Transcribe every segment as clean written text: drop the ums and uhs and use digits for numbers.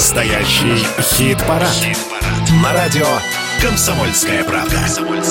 Настоящий хит-парад. На радио «Комсомольская правда».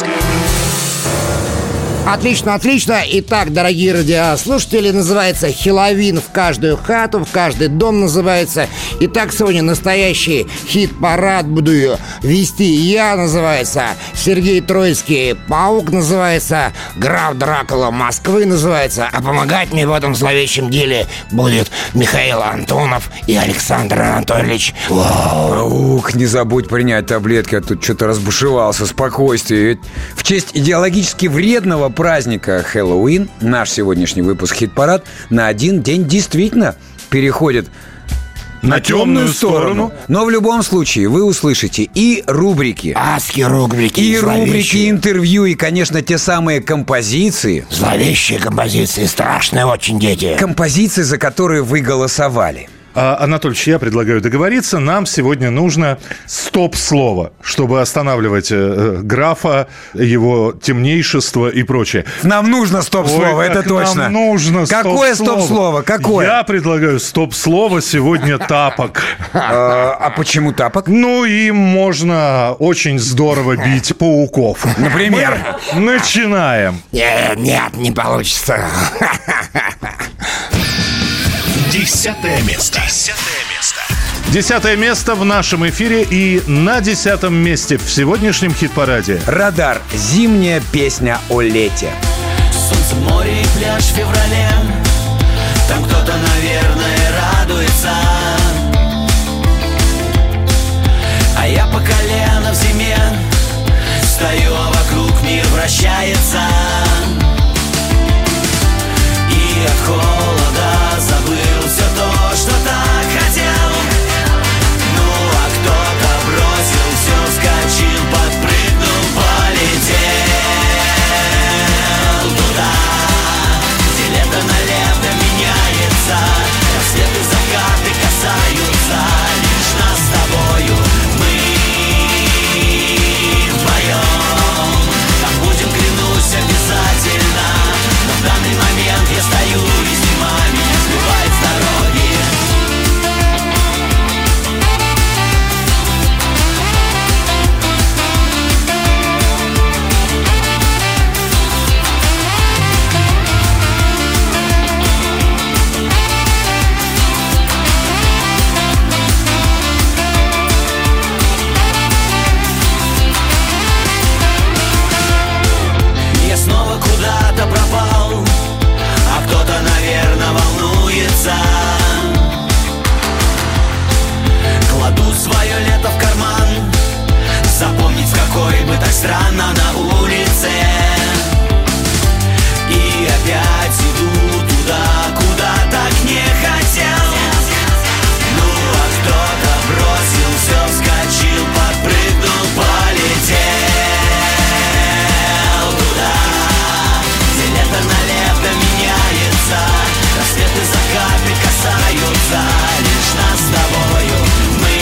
Отлично, отлично. Итак, дорогие радиослушатели, называется «Хэллоуин в каждую хату, в каждый дом» называется. Итак, сегодня настоящий хит-парад буду вести я, называется Сергей Троицкий, Паук называется, граф Дракула Москвы называется. А помогать мне в этом зловещем деле будет Михаил Антонов и Александр Анатольевич. Ух, не забудь принять таблетки, а тут что-то разбушевался. Спокойствие. В честь идеологически вредного праздника Хэллоуин наш сегодняшний выпуск «Хит-парад» на один день действительно переходит на темную сторону. Но в любом случае вы услышите и рубрики, рубрики, и рубрики, интервью, и, конечно, те самые композиции. Зловещие композиции, страшные очень, дети. Композиции, за которые вы голосовали. Анатольевич, я предлагаю договориться. Нам сегодня нужно стоп-слово, чтобы останавливать графа, его темнейшество и прочее. Нам нужно стоп-слово, это точно. Нам нужно стоп-слово. Какое стоп-слово? Какое? Я предлагаю стоп-слово сегодня «тапок». А почему тапок? Ну, им можно очень здорово бить пауков. Например? Мы начинаем. Нет, не получится. 10-е место. 10-е место в нашем эфире. И на 10-м месте в сегодняшнем хит-параде «Радар. Зимняя песня о лете». Солнце, море и пляж в феврале. Там кто-то, наверное, радуется. А я по колено в зиме стою, а вокруг мир вращается. И от холода забыл все то, что так хотел. Ну, а кто-то бросил все, вскочил, подпрыгнул, полетел туда, где лето на лето меняется. Рассвет и закаты касаются лишь нас с тобою. Мы вдвоем там будем, клянусь, обязательно. Но в данный момент я стою, и зима меня сбивает с дороги. Я снова куда-то пропал, а кто-то, наверное, волнуется. Кладу свое лето в карман, запомнить, в какой бы так странно на улице. И опять иду туда, куда так не хотел. Ну, а кто-то бросил все, вскочил, подпрыгнул, полетел туда, где лето на лето меняется. Рассвет и закаты касаются лишь нас с тобою. Мы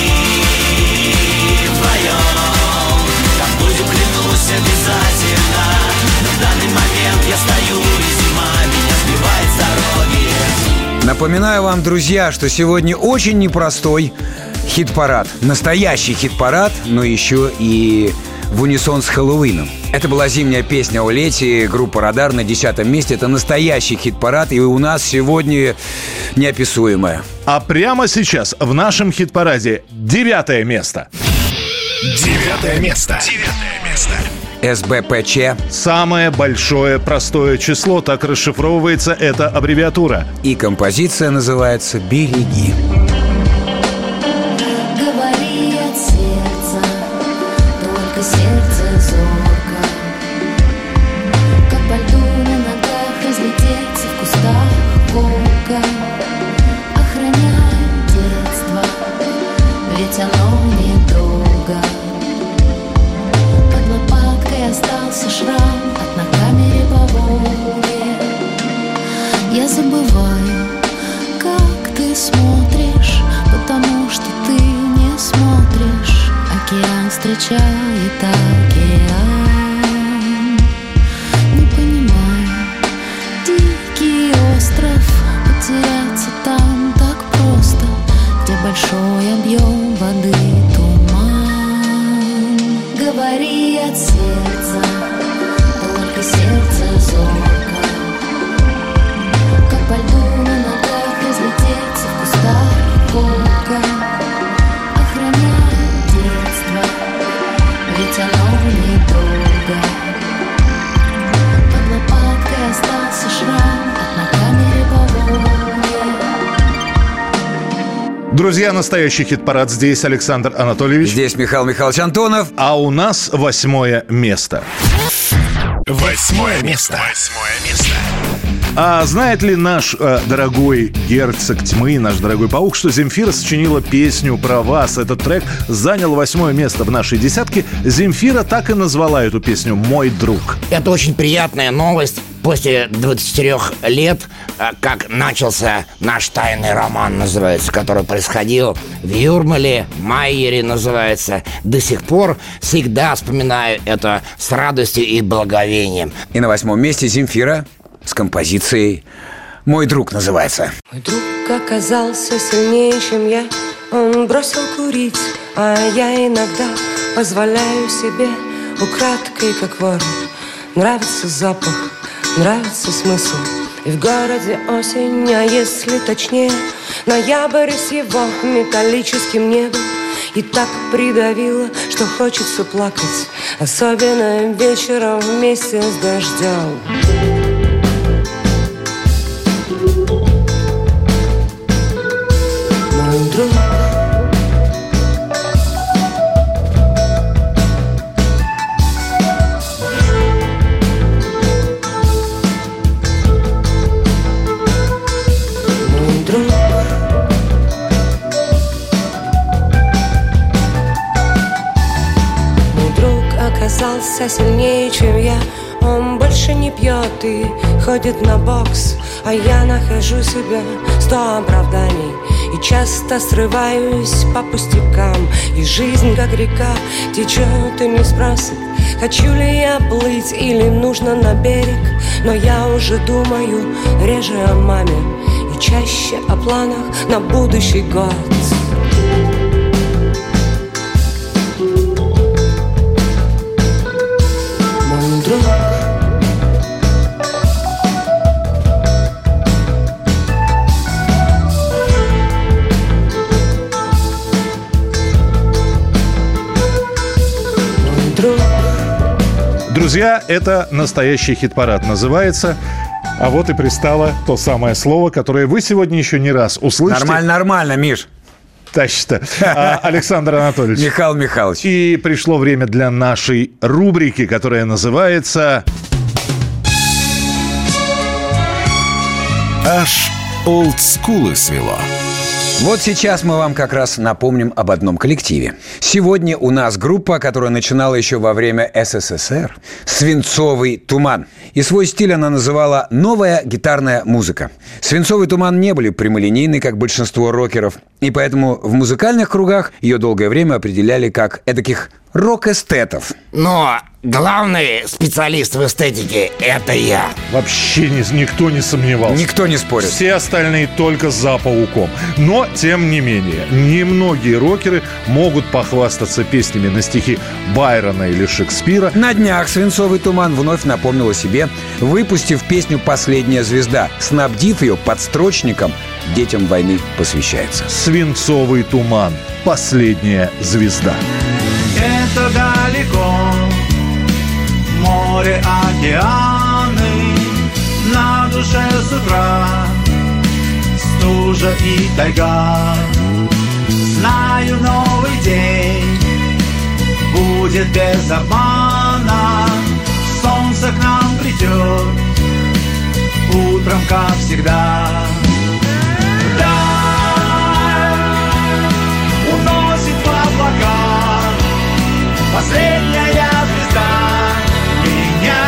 вдвоем там будем, клянусь, обязательно. Но в данный момент я стою, и зима меня сбивает с дороги. Напоминаю вам, друзья, что сегодня очень непростой хит-парад. Настоящий хит-парад, но еще и в унисон с Хэллоуином. Это была зимняя песня о лете, группа «Радар» на 10-м месте. Это настоящий хит-парад, и у нас сегодня неописуемое. А прямо сейчас в нашем хит-параде 9-е место. 9-е место. СБПЧ. Самое большое простое число, так расшифровывается эта аббревиатура. И композиция называется «Береги». Говори от сердца, только сердце зорко. Как по льду на ногах разлететься в кустах волка. Охраняй детство, ведь оно недолго. Под лопаткой остался шрам от накамере по волне. Я забываю, как ты смотришь Друзья, настоящий хит-парад. Здесь Александр Анатольевич. Здесь Михаил Михайлович Антонов. А у нас 8 место. 8 место. А знает ли наш дорогой герцог тьмы, наш дорогой паук, что Земфира сочинила песню про вас? Этот трек занял 8 место в нашей десятке. Земфира так и назвала эту песню «Мой друг». Это очень приятная новость. После 23 лет, как начался наш тайный роман, называется, который происходил в Юрмале, Майере, называется, до сих пор всегда вспоминаю это с радостью и благоговением. И на 8 месте Земфира с композицией «Мой друг» называется. Мой друг оказался сильнее, чем я. Он бросил курить, а я иногда позволяю себе украдкой, как вор. Нравится запах, нравится смысл. И в городе осень, а если точнее, ноябрь с его металлическим небом. И так придавило, что хочется плакать, особенно вечером вместе с дождем. Мой друг. Оказался сильнее, чем я. Он больше не пьет и ходит на бокс, а я нахожу себе 100 оправданий и часто срываюсь по пустякам. И жизнь, как река, течет и не спросит, хочу ли я плыть или нужно на берег. Но я уже думаю реже о маме и чаще о планах на будущий год. Друзья, это настоящий хит-парад называется. А вот и пристало то самое слово, которое вы сегодня еще не раз услышите. Нормально, Миш. Тащится. Александр Анатольевич. Михаил Михайлович. И пришло время для нашей рубрики, которая называется... Аж олдскулы свело. Вот сейчас мы вам как раз напомним об одном коллективе. Сегодня у нас группа, которая начинала еще во время СССР. «Свинцовый туман». И свой стиль она называла «новая гитарная музыка». «Свинцовый туман» не были прямолинейны, как большинство рокеров. И поэтому в музыкальных кругах ее долгое время определяли как эдаких рок-эстетов. Но главный специалист в эстетике – это я. Вообще никто не сомневался. Никто не спорит. Все остальные только за пауком. Но, тем не менее, немногие рокеры могут похвастаться песнями на стихи Байрона или Шекспира. На днях «Свинцовый туман» вновь напомнил о себе, выпустив песню «Последняя звезда», снабдив ее подстрочником «Детям войны посвящается». «Свинцовый туман. Последняя звезда». Это далеко, море, океаны, на душе с утра стужа и тайга. Знаю, новый день будет без обмана, солнце к нам придет утром, как всегда. Уносит в облака последняя звезда меня.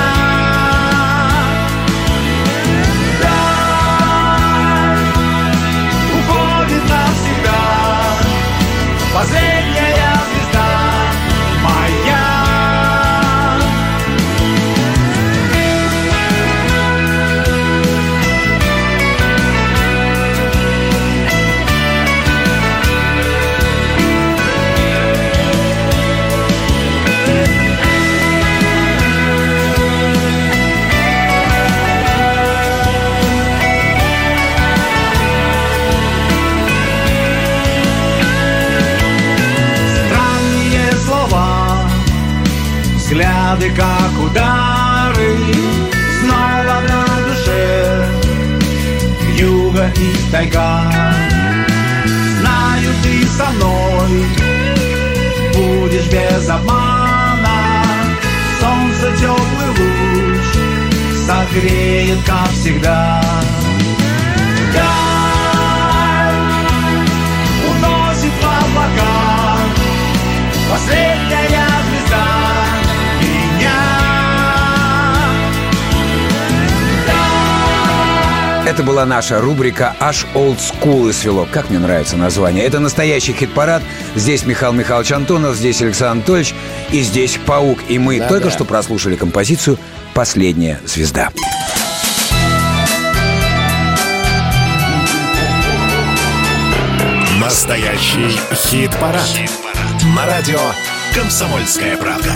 Да, уходит навсегда последняя звезда моя. Взгляды, как удары, снова на душе вьюга и тайга. Знаю, со мной, будешь без обмана. Солнце теплый луч согреет, как всегда. Даль уносит в облака последняя звезда меня. Это была наша рубрика «Аж олдскулы свело». Как мне нравится название. Это настоящий хит-парад. Здесь Михаил Михайлович Антонов, здесь Александр Анатольевич и здесь Паук. И мы только что прослушали композицию «Последняя звезда». Настоящий хит-парад. На радио «Комсомольская правда».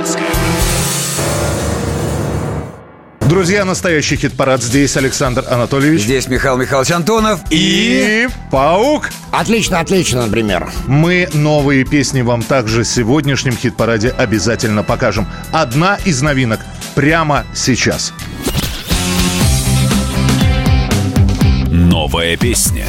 Друзья, настоящий хит-парад. Здесь Александр Анатольевич. Здесь Михаил Михайлович Антонов и Паук. Отлично, например. Мы новые песни вам также в сегодняшнем хит-параде обязательно покажем. Одна из новинок прямо сейчас. Новая песня.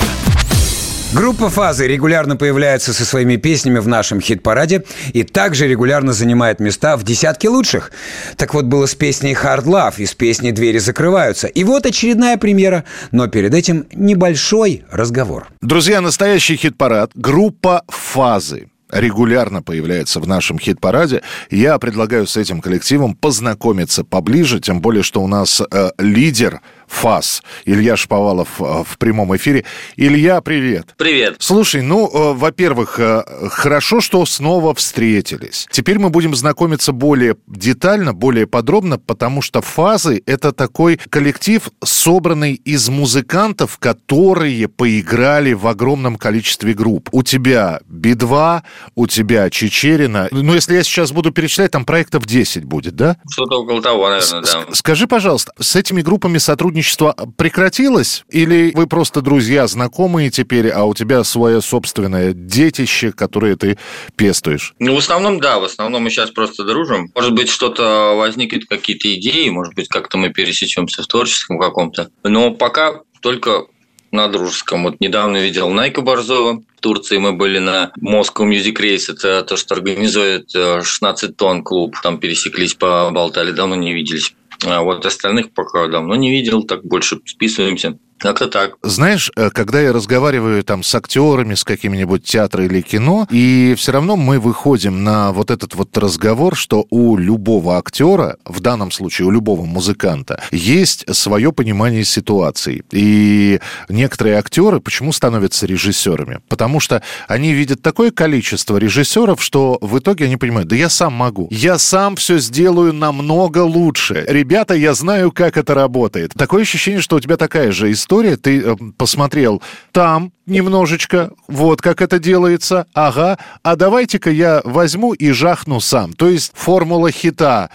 Группа «Фазы» регулярно появляется со своими песнями в нашем хит-параде и также регулярно занимает места в десятке лучших. Так вот, было с песней «Hard Love» и с песней «Двери закрываются». И вот очередная премьера, но перед этим небольшой разговор. Друзья, настоящий хит-парад. Группа «Фазы» регулярно появляется в нашем хит-параде. Я предлагаю с этим коллективом познакомиться поближе, тем более, что у нас лидер ФАЗ Илья Шаповалов в прямом эфире. Илья, привет. Привет. Слушай, во-первых, хорошо, что снова встретились. Теперь мы будем знакомиться более детально, более подробно, потому что «Фазы» — это такой коллектив, собранный из музыкантов, которые поиграли в огромном количестве групп. У тебя Би-2, у тебя Чичерина. Если я сейчас буду перечислять, там проектов 10 будет, да? Что-то около того, наверное, да. Скажи, пожалуйста, с этими группами сотрудничество прекратилось? Или вы просто друзья, знакомые теперь, а у тебя свое собственное детище, которое ты пестуешь? В основном, да. В основном мы сейчас просто дружим. Может быть, что-то возникнет, какие-то идеи, может быть, как-то мы пересечемся в творческом каком-то. Но пока только на дружеском. Вот недавно видел Найка Борзова. В Турции мы были на Moscow Music Race. Это то, что организует 16 тонн клуб. Там пересеклись, поболтали, давно не виделись. А вот остальных пока давно не видел, так больше списываемся. Как-то так. Знаешь, когда я разговариваю там с актерами, с какими-нибудь театра или кино, и все равно мы выходим на вот этот вот разговор, что у любого актера, в данном случае у любого музыканта, есть свое понимание ситуации. И некоторые актеры почему становятся режиссерами? Потому что они видят такое количество режиссеров, что в итоге они понимают, да я сам могу. Я сам все сделаю намного лучше. Ребята, я знаю, как это работает. Такое ощущение, что у тебя такая же история. Ты посмотрел там немножечко, вот как это делается, ага, а давайте-ка я возьму и жахну сам. То есть формула хита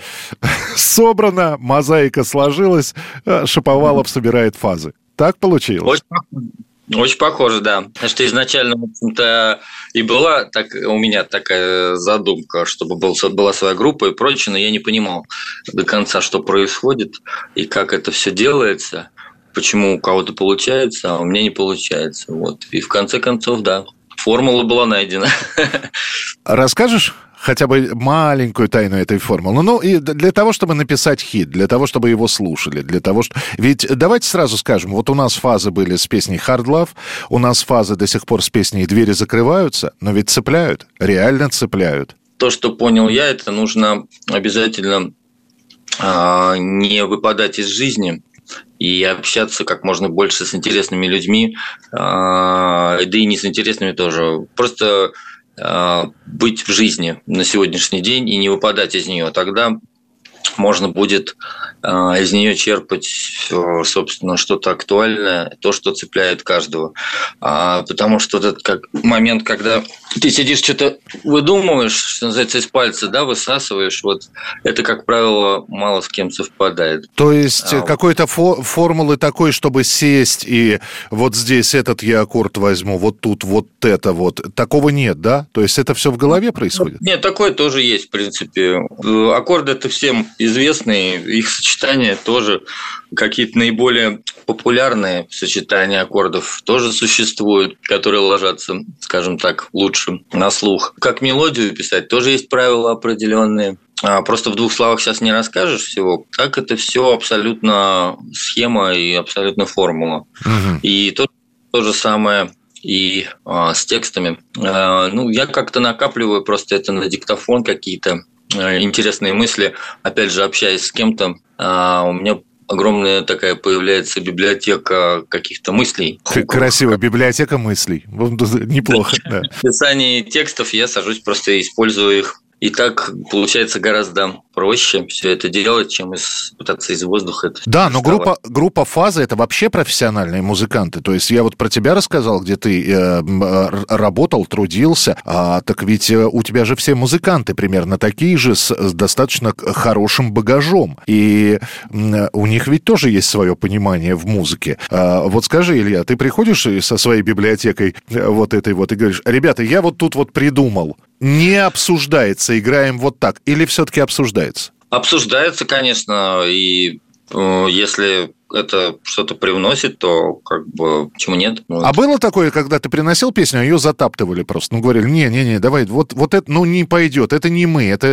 собрана, мозаика сложилась, Шаповалов собирает фазы. Так получилось? Очень похоже, да. Потому что изначально, в общем-то, и была у меня такая задумка, чтобы была своя группа и прочее, но я не понимал до конца, что происходит и как это все делается. Почему у кого-то получается, а у меня не получается. Вот. И в конце концов, да, формула была найдена. Расскажешь хотя бы маленькую тайну этой формулы? Ну, и для того, чтобы написать хит, для того, чтобы его слушали, для того, что... Ведь давайте сразу скажем, вот у нас фазы были с песней «Hard Love», у нас фазы до сих пор с песней «Двери закрываются», но ведь цепляют, реально цепляют. То, что понял я, это нужно обязательно не выпадать из жизни, и общаться как можно больше с интересными людьми, да и не с интересными тоже. Просто быть в жизни на сегодняшний день и не выпадать из нее. Тогда можно будет из нее черпать, собственно, что-то актуальное, то, что цепляет каждого. Потому что этот как момент, когда ты сидишь, что-то выдумываешь, что называется, из пальца, да, высасываешь, вот это, как правило, мало с кем совпадает. То есть какой-то формулы такой, чтобы сесть и вот здесь этот я аккорд возьму, вот тут вот это вот, такого нет, да? То есть это все в голове происходит? Нет, такое тоже есть, в принципе. Аккорды – это всем известные, их сочетания тоже какие-то наиболее популярные сочетания аккордов тоже существуют, которые ложатся, скажем так, лучше на слух. Как мелодию писать, тоже есть правила определенные. Просто в двух словах сейчас не расскажешь всего. Так это все абсолютно схема и абсолютно формула. И то же самое и с текстами. Я как-то накапливаю просто это на диктофон, какие-то интересные мысли. Опять же, общаясь с кем-то, у меня огромная такая появляется библиотека каких-то мыслей. Красивая библиотека мыслей. Неплохо. В написании текстов я сажусь, просто использую их. И так получается гораздо проще все это делать, чем пытаться из воздуха это. Да, но группа «Фаза» — это вообще профессиональные музыканты. То есть я вот про тебя рассказал, где ты работал, трудился, так ведь у тебя же все музыканты примерно такие же, с достаточно хорошим багажом. И у них ведь тоже есть свое понимание в музыке. Вот скажи, Илья, ты приходишь со своей библиотекой вот этой вот и говоришь: ребята, я вот тут вот придумал. Не обсуждается, играем вот так, или все-таки обсуждается? Обсуждается, конечно, и если это что-то привносит, то как бы почему нет? А было такое, когда ты приносил песню, а ее затаптывали просто? Говорили: не, давай, вот это, не пойдет, это не мы, это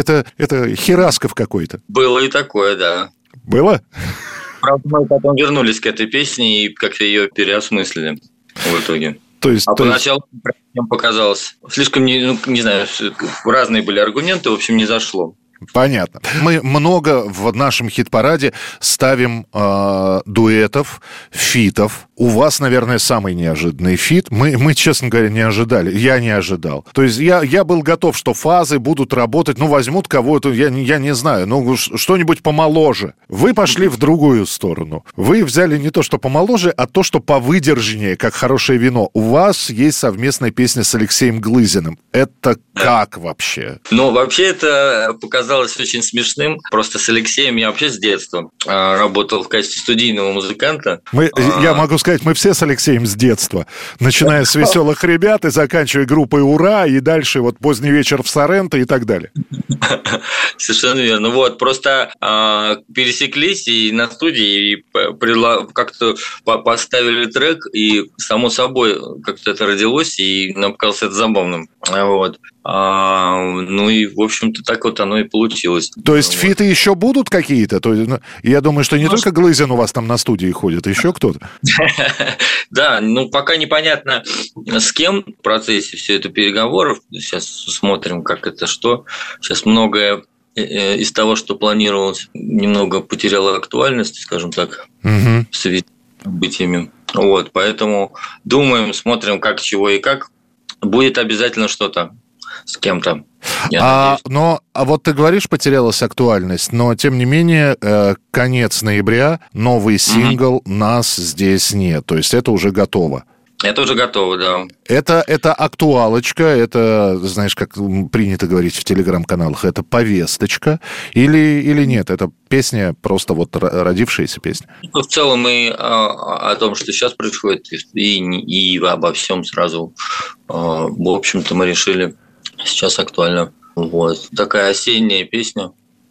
Херасков какой-то. Было и такое, да. Было? Правда, мы потом вернулись к этой песне и как-то ее переосмыслили в итоге. Поначалу мне показалось слишком, не знаю, разные были аргументы, в общем, не зашло. Понятно. Мы много в нашем хит-параде ставим дуэтов, фитов. У вас, наверное, самый неожиданный фит. Мы, честно говоря, не ожидали. Я не ожидал. То есть я был готов, что «Фазы» будут работать, возьмут кого-то, я не знаю, что-нибудь помоложе. Вы пошли в другую сторону. Вы взяли не то, что помоложе, а то, что повыдержаннее, как хорошее вино. У вас есть совместная песня с Алексеем Глызиным. Это как вообще? Вообще это показалось очень смешным. Просто с Алексеем я вообще с детства работал в качестве студийного музыканта. Я могу сказать, мы все с Алексеем с детства. Начиная с «Веселых ребят» и заканчивая группой «Ура», и дальше вот «Поздний вечер в Соренто» и так далее. Совершенно верно. Просто пересеклись и на студии, и как-то поставили трек, и само собой как-то это родилось, и нам показалось это забавным. И, в общем-то, так вот оно и получилось. То есть фиты еще будут какие-то? Я думаю, что не только Глызин у вас там на студии ходит, еще кто-то. Да, пока непонятно, с кем в процессе все это переговоров. Сейчас смотрим, как это что. Сейчас многое из того, что планировалось, немного потеряло актуальность, скажем так, в связи с событиями. Поэтому думаем, смотрим, как, чего и как. Будет обязательно что-то с кем-то. Вот ты говоришь, потерялась актуальность, но тем не менее конец ноября, новый сингл «Нас здесь нет». То есть это уже готово. Это уже готово, да. Это актуалочка, это, знаешь, как принято говорить в телеграм-каналах, это повесточка или нет? Это песня, просто вот родившаяся песня? В целом и о том, что сейчас происходит, и обо всем сразу, в общем-то, мы решили, сейчас актуально. Такая осенняя песня.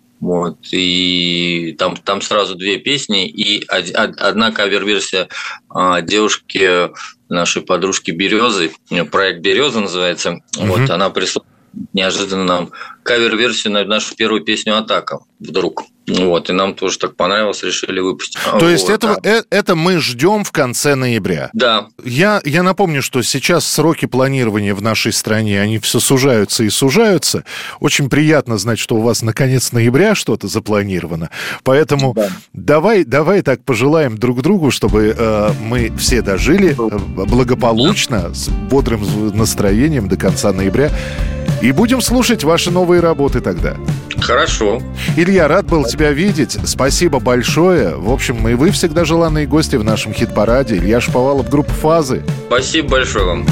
И там сразу две песни, и одна кавер-версия девушки, нашей подружки Березы, проект «Береза» называется. Она прислала неожиданно нам кавер-версию на нашу первую песню «Атака» вдруг. И нам тоже так понравилось, решили выпустить. То есть это мы ждем в конце ноября? Да. Я напомню, что сейчас сроки планирования в нашей стране, они все сужаются и сужаются. Очень приятно знать, что у вас наконец ноября что-то запланировано. Поэтому давай так пожелаем друг другу, чтобы мы все дожили благополучно, с бодрым настроением до конца ноября. И будем слушать ваши новые работы тогда. Хорошо. Илья, рад был тебя видеть. Спасибо большое. В общем, и вы всегда желанные гости в нашем хит-параде. Илья Шаповалов, группа «Фазы». Спасибо большое вам.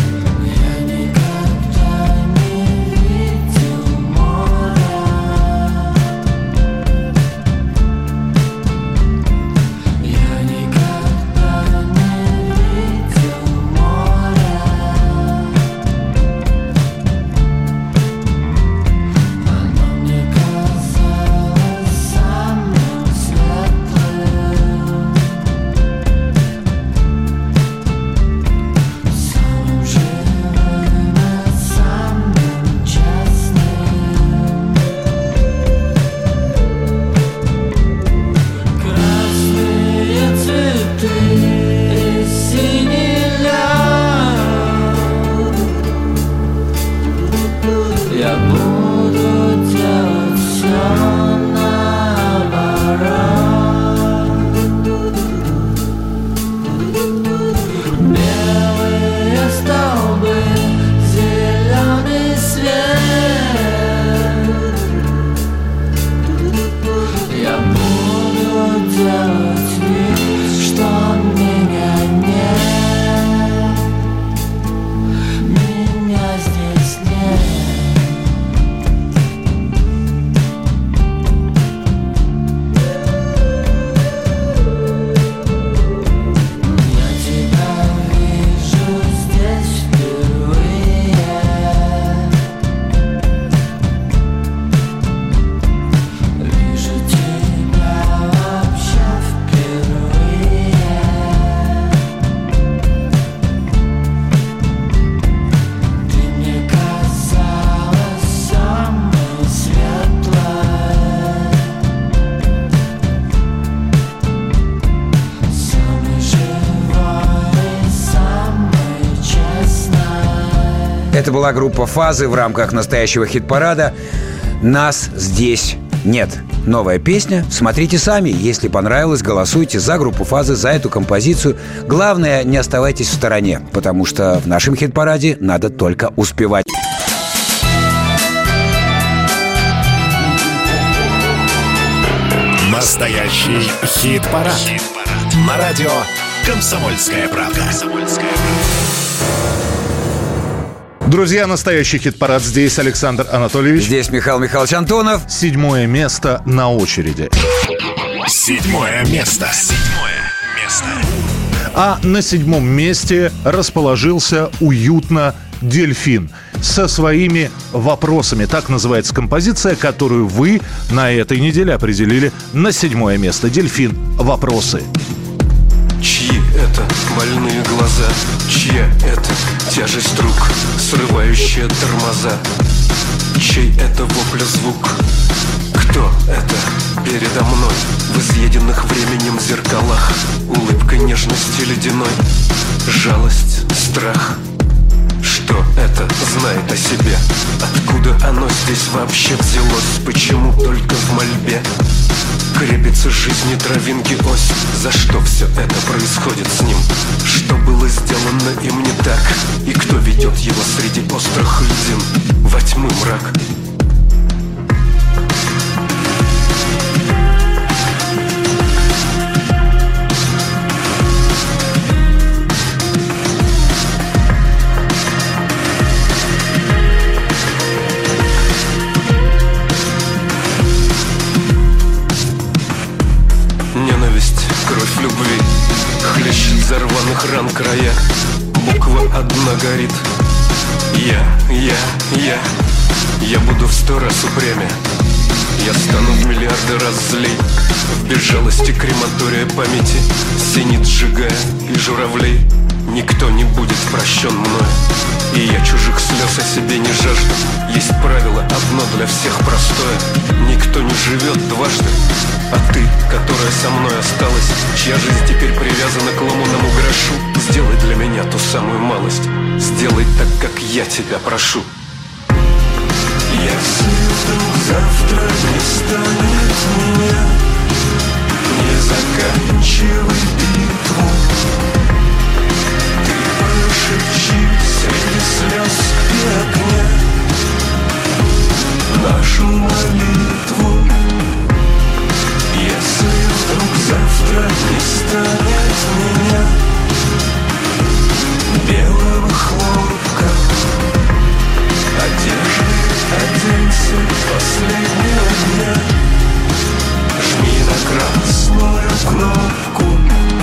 Это была группа «Фазы» в рамках настоящего хит-парада «Нас здесь нет». Новая песня. Смотрите сами. Если понравилось, голосуйте за группу «Фазы», за эту композицию. Главное, не оставайтесь в стороне, потому что в нашем хит-параде надо только успевать. Настоящий хит-парад. На радио «Комсомольская правда». Друзья, настоящий хит-парад. Здесь Александр Анатольевич. Здесь Михаил Михайлович Антонов. 7-е место на очереди. 7-е место. А на 7-м месте расположился уютно «Дельфин» со своими вопросами. Так называется композиция, которую вы на этой неделе определили на 7-е место. «Дельфин. Вопросы». Чьи это больные глаза? Чья это тяжесть рук, срывающая тормоза? Чей это вопль звук? Кто это передо мной? В изъеденных временем зеркалах улыбка нежности ледяной, жалость, страх. Что это знает о себе? Откуда оно здесь вообще взялось? Почему только в мольбе крепится жизни травинки ось? За что все это происходит с ним? Что было сделано им не так? И кто ведет его среди острых льдин во тьмы мрак? Кровь любви хлещет за рваных ран края. Буква одна горит. Я буду в 100 раз упрямее. Я стану в миллиарды раз злей. В безжалости крематория памяти синит, сжигая и журавлей. Никто не будет прощен мною, и я чужих слез о себе не жажду. Есть правило одно для всех простое: никто не живет дважды. А ты, которая со мной осталась, чья жизнь теперь привязана к ломаному грошу, сделай для меня ту самую малость. Сделай так, как я тебя прошу. Если вдруг завтра не станет меня, не заканчивай битву. Ты прошепчи среди слез и огня нашу молитву. Если вдруг завтра не станет меня, белого хлопка одежды оденься последнего дня, жми на красную кнопку.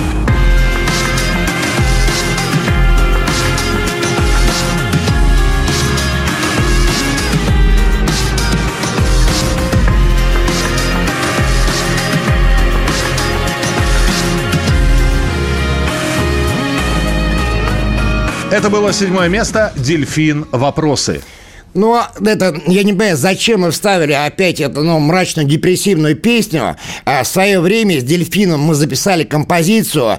Это было 7-е место. «Дельфин. Вопросы». Ну, это, я не понимаю, зачем мы вставили опять эту, мрачную депрессивную песню. В свое время с «Дельфином» мы записали композицию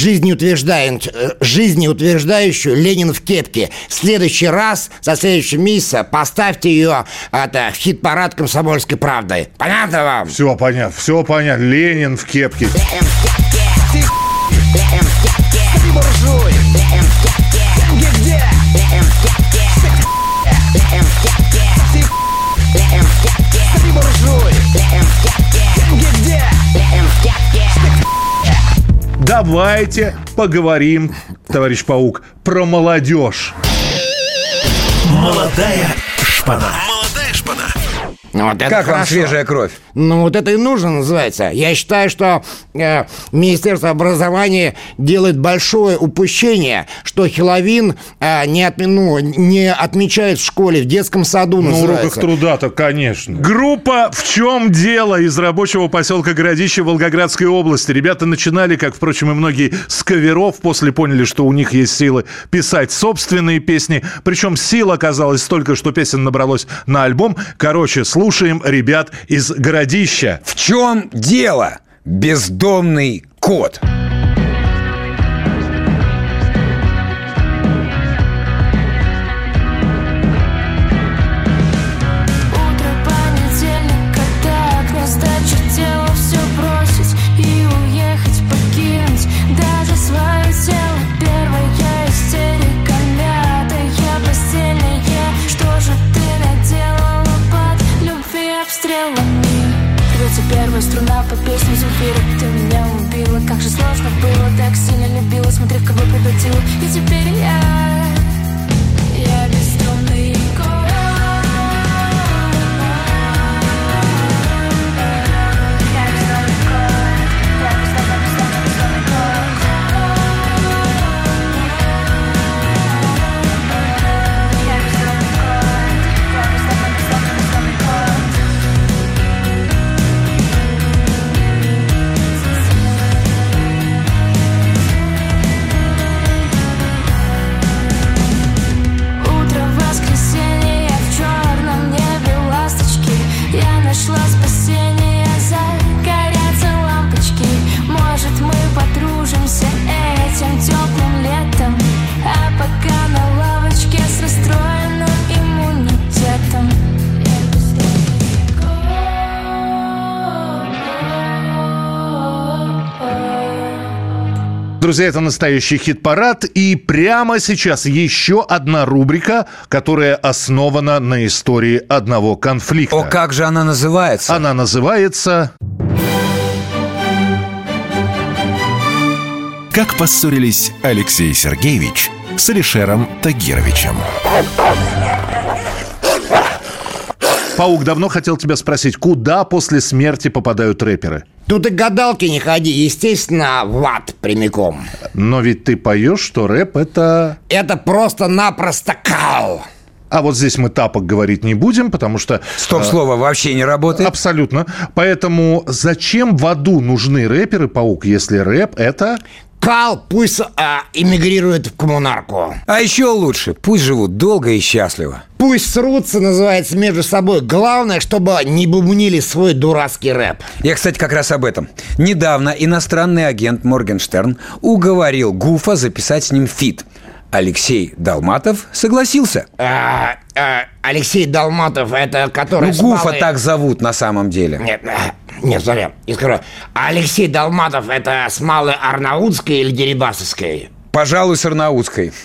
жизнеутверждающую «Ленин в кепке». В следующий раз, за следующий месяц, поставьте ее в хит-парад «Комсомольской правды». Понятно вам? Все понятно, все понятно. «Ленин в кепке». Давайте поговорим, товарищ Паук, про молодежь. Молодая шпана. Вот это как хорошо. вам свежая кровь? Вот это и нужно, называется. Я считаю, что Министерство образования делает большое упущение, что Хэллоуин не отмечают в школе, в детском саду, называется. На уроках труда-то, конечно. Группа «В чем дело» из рабочего поселка Городище Волгоградской области. Ребята начинали, как, впрочем, и многие, с каверов. После поняли, что у них есть силы писать собственные песни. Причем сил оказалось столько, что песен набралось на альбом. Короче, слушаем ребят из Городища. В чем дело, бездомный кот? Друзья, это настоящий хит-парад. И прямо сейчас еще одна рубрика, которая основана на истории одного конфликта. О, как же она называется? Она называется... Как поссорились Алексей Сергеевич с Алишером Тагировичем. Паук, давно хотел тебя спросить, куда после смерти попадают рэперы? Тут и гадалки не ходи, естественно, в ад прямиком. Но ведь ты поешь, что рэп это... Это просто-напросто кал. А вот здесь мы тапок говорить не будем, потому что... Стоп-слово вообще не работает. Абсолютно. Поэтому зачем в аду нужны рэперы, Паук, если рэп это... Кал пусть эмигрирует в коммунарку. А еще лучше, пусть живут долго и счастливо. Пусть срутся, называется, между собой. Главное, чтобы не бубнили свой дурацкий рэп. Я, кстати, как раз об этом. Недавно иностранный агент Моргенштерн уговорил Гуфа записать с ним фит. Алексей Долматов согласился. Алексей Долматов, это который... Гуфа так зовут на самом деле. Нет, смотри, я скажу. Алексей Долматов, это с Малой Арнаутской или Дерибасовской? Пожалуй, с Арнаутской.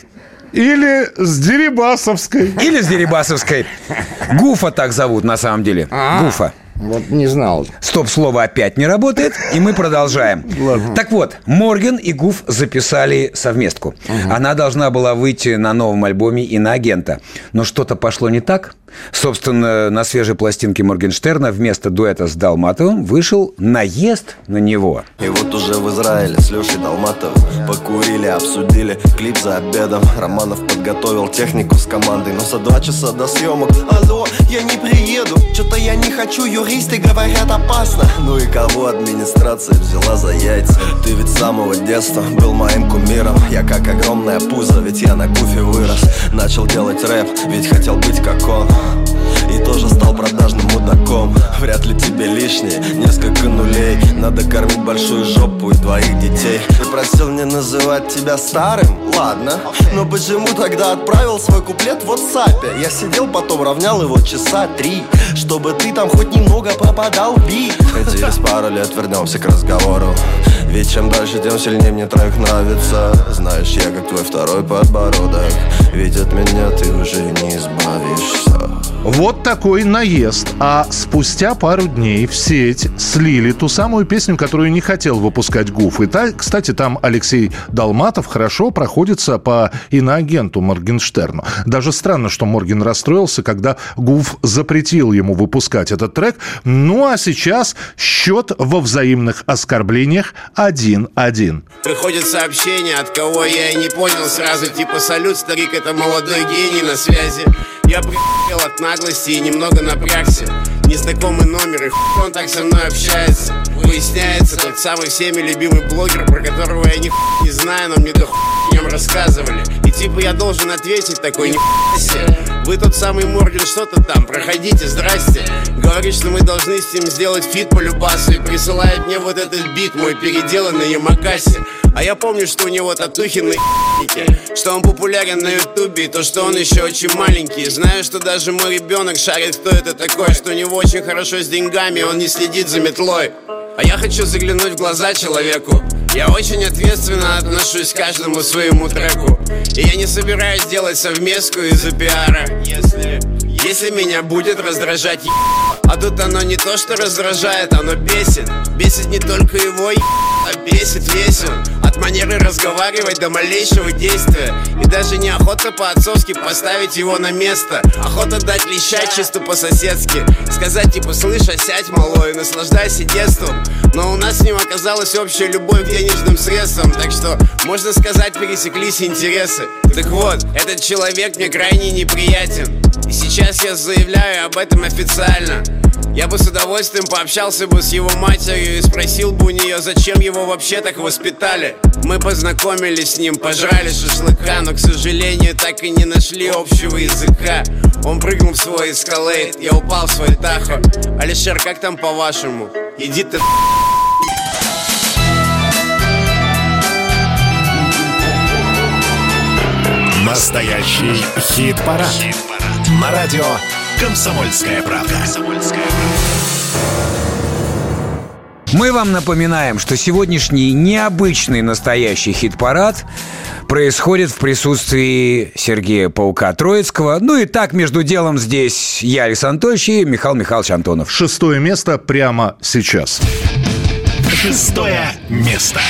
Или с Дерибасовской. Или с Дерибасовской. Гуфа так зовут на самом деле. Гуфа. Вот не знал. Стоп-слово опять не работает, и мы продолжаем. Так вот, Морген и Гуф записали совместку. Она должна была выйти на новом альбоме «Иноагента». Но что-то пошло не так. Собственно, на свежей пластинке Моргенштерна вместо дуэта с Долматовым вышел наезд на него. И вот уже в Израиле с Лешей Долматовым покурили, обсудили клип за обедом. Романов подготовил технику с командой, но за 2 часа до съемок: алло, я не приеду, что-то я не хочу, юристы говорят опасно. Ну и кого администрация взяла за яйца? Ты ведь с самого детства был моим кумиром. Я как огромная пузо, ведь я на Гуфе вырос. Начал делать рэп, ведь хотел быть как он. И тоже стал продажным мудаком. Вряд ли тебе лишние несколько нулей. Надо кормить большую жопу и 2 детей. Ты просил не называть тебя старым? Ладно, но почему тогда отправил свой куплет в WhatsApp? Я сидел, потом равнял его часа 3, чтобы ты там хоть немного попадал в бит. И через пару лет вернемся к разговору. Ведь чем дальше, тем сильнее мне трек нравится. Знаешь, я как твой второй подбородок. Ведь от меня ты уже не избавишься. Вот такой наезд. А спустя пару дней в сеть слили ту самую песню, которую не хотел выпускать Гуф. И, кстати, там Алексей Долматов хорошо проходится по иноагенту Моргенштерну. Даже странно, что Морген расстроился, когда Гуф запретил ему выпускать этот трек. Ну, а сейчас счет во взаимных оскорблениях 1-1. Приходит сообщение, от кого я и не понял сразу. Типа: салют, старик, это молодой гений на связи. Я при***ел от наглости и немного напрягся. Незнакомый номер, и он так со мной общается. Выясняется, тот самый всеми любимый блогер, про которого я ни не знаю, но мне до о нем рассказывали. И типа я должен ответить такой: не себе. Вы тот самый Морген, что-то там, проходите, здрасте. Говорит, что мы должны с ним сделать фит по любасу. И присылает мне вот этот бит, мой переделанный Ямакаси. А я помню, что у него татухи на ебнике, что он популярен на ютубе, и то, что он еще очень маленький. Знаю, что даже мой ребенок шарит, кто это такой, что у него очень хорошо с деньгами, он не следит за метлой. А я хочу заглянуть в глаза человеку. Я очень ответственно отношусь к каждому своему треку. И я не собираюсь делать совместку из-за пиара. Если меня будет раздражать а тут оно не то, что раздражает, оно бесит. Бесит не только его а бесит весь он. От манеры разговаривать до малейшего действия. И даже не охота по-отцовски поставить его на место. Охота дать леща чисто по-соседски. Сказать типа: слышь, сядь, малой, наслаждайся детством. Но у нас с ним оказалась общая любовь к денежным средствам. Так что, можно сказать, пересеклись интересы. Так вот, этот человек мне крайне неприятен. И сейчас я заявляю об этом официально. Я бы с удовольствием пообщался бы с его матерью и спросил бы у нее, зачем его вообще так воспитали. Мы познакомились с ним, пожрали шашлыка, но, к сожалению, так и не нашли общего языка. Он прыгнул в свой эскалейт, я упал в свой Тахо. Алишер, как там по-вашему? Иди ты. Настоящий хит-парад. На радио «Комсомольская правда». Мы вам напоминаем, что сегодняшний необычный настоящий хит-парад происходит в присутствии Сергея Паука Троицкого. Ну и так, между делом, здесь я, Александр Анатольевич, и Михаил Михайлович Антонов. 6-е место прямо сейчас. 6-е место.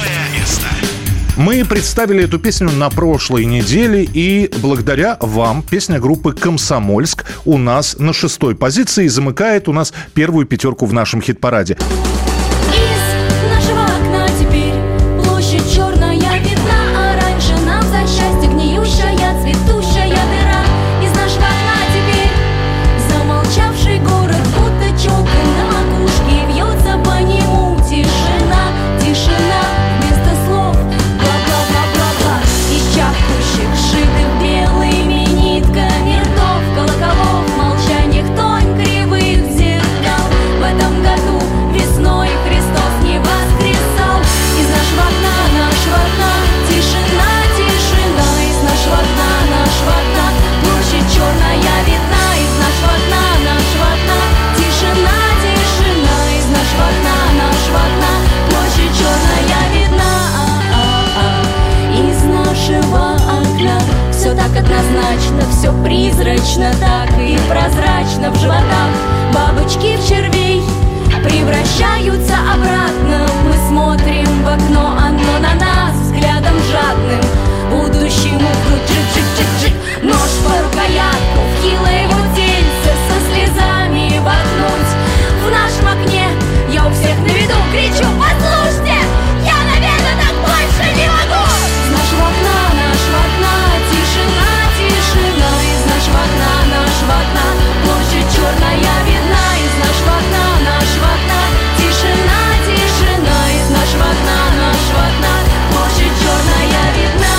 Мы представили эту песню на прошлой неделе, и благодаря вам песня группы «Комсомольск» у нас на 6-й позиции и замыкает у нас первую пятерку в нашем хит-параде. Из нашего окна теперь площадь черная видна, а раньше нам за счастье гниющая, цветущая дыра. Из нашего окна теперь замолчавший город, будто челка на макушке, вьется по нему тишина, тишина вместо слов. Бла-бла-бла-бла-бла. Из чахнущих, шитых белыми нитками ртов, колоколов, молчаниях тонь кривых зеркал. В этом году весной Христос не воскресал. Из нашего окна тишина, тишина. Из нашего окна площадь черная видна. Из нашего окна тишина, тишина. Из нашего окна площадь черная видна. Из нашего окна все так однозначно, все призрачно, так и прозрачно. В животах бабочки в червей превращаются обратно. Мы смотрим в окно, оно на нас взглядом жадным. Будущему чик-чик-чик-чик, нож по рукоятку, в хилое его тельце со слезами воткнуть. В нашем окне я у всех на виду кричу: послушайте, я, наверное, так больше не могу. Из нашего окна тишина, тишина. Из нашего окна площадь черная видна. Из нашего окна тишина, тишина. Из нашего окна площадь черная видна.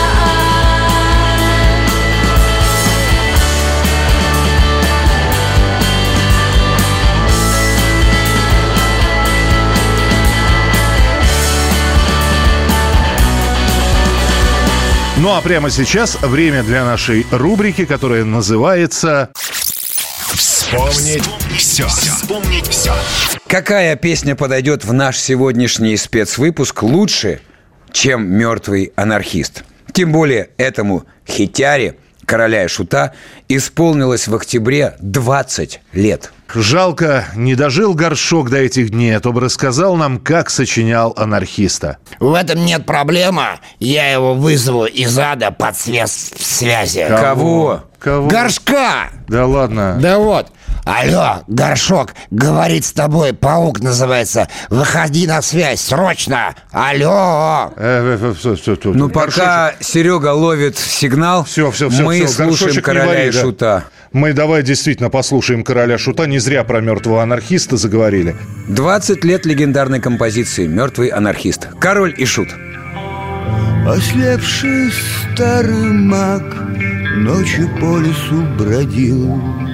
Ну а прямо сейчас время для нашей рубрики, которая называется Вспомнить все. Вспомнить все. Какая песня подойдет в наш сегодняшний спецвыпуск лучше, чем «Мертвый анархист»? Тем более этому хитяре «Короля и Шута» исполнилось в октябре 20 лет. Жалко, не дожил Горшок до этих дней, а то бы рассказал нам, как сочинял «Анархиста». В этом нет проблемы. Я его вызову из ада под связи. Кого? Горшка! Да ладно. Да вот. Алло, Горшок, говорит с тобой, Паук называется. Выходи на связь, срочно. Алло. Ну, пока Серега ловит сигнал, мы слушаем «Короля и Шута». Мы давай действительно послушаем «Короля Шута». Не зря про «Мертвого анархиста» заговорили. 20 лет легендарной композиции «Мертвый анархист». «Король и Шут». Ослепший старый маг ночью по лесу бродил,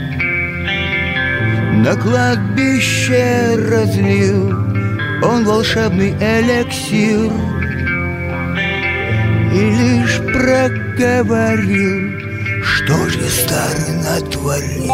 на кладбище разлил он волшебный эликсир и лишь проговорил: что же старый натворил?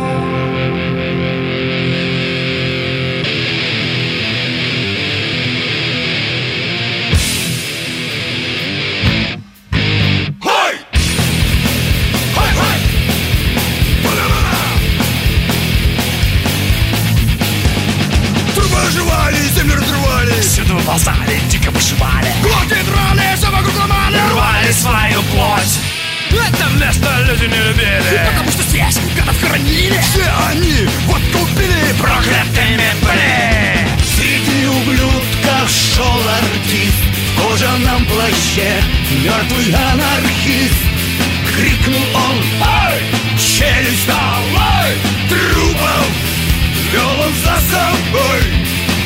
Землю разрывали, всюду выползали, дико вышивали, глотки драли, все вокруг ломали, рвали свою плоть. Это место люди не любили, потому что здесь гадов хоронили. Все они вот купили проклятыми были. Среди ублюдков шел артист в кожаном плаще, мертвый анархист. Крикнул он: ой, челюсть долой, трупов вел он за собой.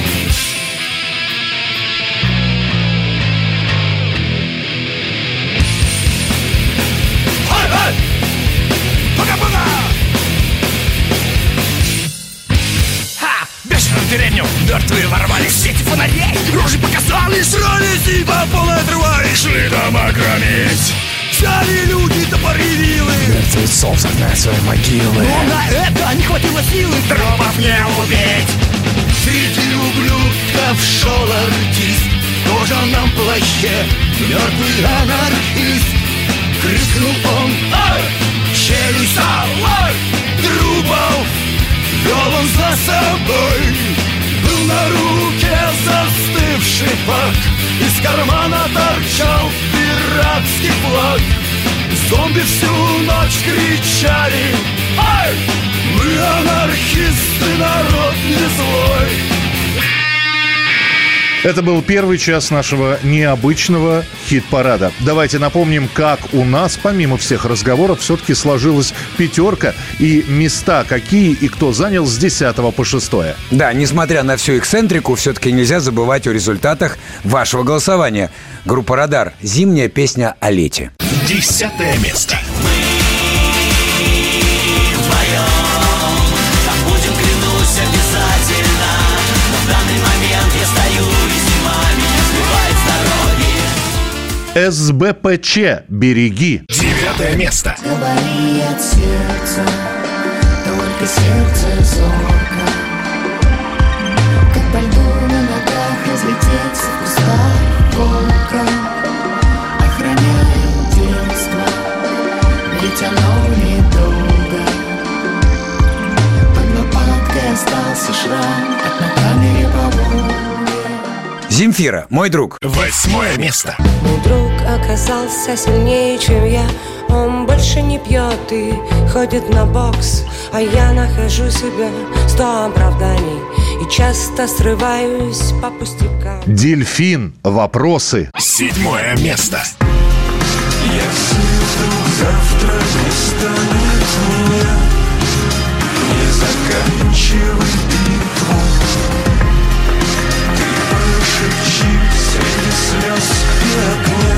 В деревню мертвые ворвались, в сети фонарей рожи показали, срались и по полной отрывались, шли дома громить. кричали люди-то поревилы. Мертвецов загнать в свои могилы. Но на это не хватило силы тропов не убить. Среди ублюдков шел артист, в кожаном плаще, мертвый анархист. Крикнул он: ой, челюсть, ой, трупов вел он за собой. Был на руке застывший факт, из кармана торчал пиратский флаг. Зомби всю ночь кричали: ай, мы анархисты, народ не злой. Это был первый час нашего необычного хит-парада. Давайте напомним, как у нас, помимо всех разговоров, все-таки сложилась пятерка. И места какие и кто занял с 10 по 6. Да, несмотря на всю эксцентрику, все-таки нельзя забывать о результатах вашего голосования. Группа «Радар». Зимняя песня о лете. 10 место. СБПЧ «Береги». 9 место. Говори от сердца, только сердце зорко. Как по льду на ногах разлететься в кустах волка. Охраняет детство, ведь оно недолго. Под лопаткой остался шрам от накамере по Волге. Земфира, мой друг. 8 место. Мой друг оказался сильнее, чем я. Он больше не пьет и ходит на бокс. А я нахожу себе 100 оправданий и часто срываюсь по пустякам. Дельфин. Вопросы. 7 место. Если вдруг завтра не станет меня, не заканчивай битву. Ты прошепчи среди слез и огня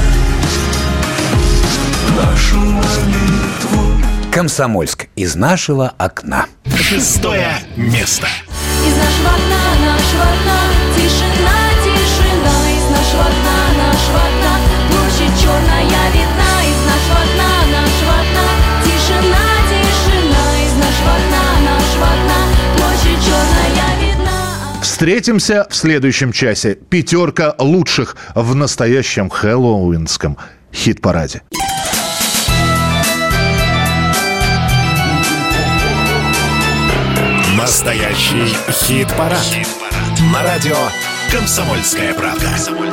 нашу молитву. Комсомольск. Из нашего окна. 6 место. Из нашего окна, тишина, тишина. Из нашего окна, площадь черная видна. Из нашего окна, тишина, тишина. Из нашего окна, площадь черная видна. Встретимся в следующем часе. Пятерка лучших в настоящем хэллоуинском хит-параде. Настоящий хит-парад. На радио «Комсомольская правда».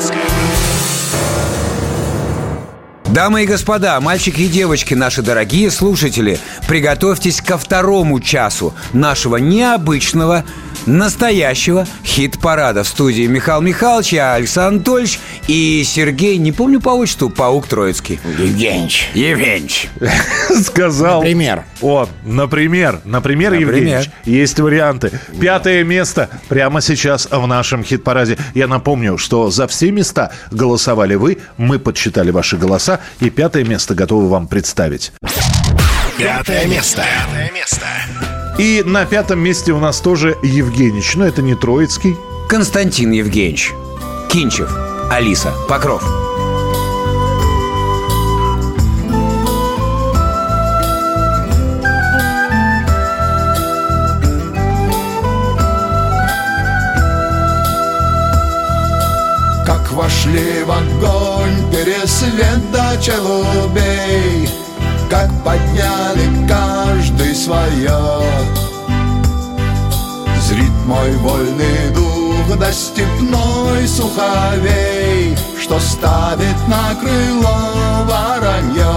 Дамы и господа, мальчики и девочки, наши дорогие слушатели, приготовьтесь ко второму часу нашего необычного, настоящего хит-парада. В студии Михаил Михайлович, я Александр Анатольевич и Сергей, не помню по отчеству, Паук Троицкий. Евгеньевич. Сказал. Например. О, например, Евгеньевич. Есть варианты. 5 место прямо сейчас в нашем хит-параде. Я напомню, что за все места голосовали вы. Мы подсчитали ваши голоса. И 5 место готовы вам представить. 5 место. И на 5 месте у нас тоже Евгеньевич. Но это не Троицкий. Константин Евгеньевич. Кинчев. Алиса. Покров. Как вошли в огонь пересвета челубей, как подняли каждый свое. Зрит мой вольный дух до степной суховей, что ставит на крыло воронье.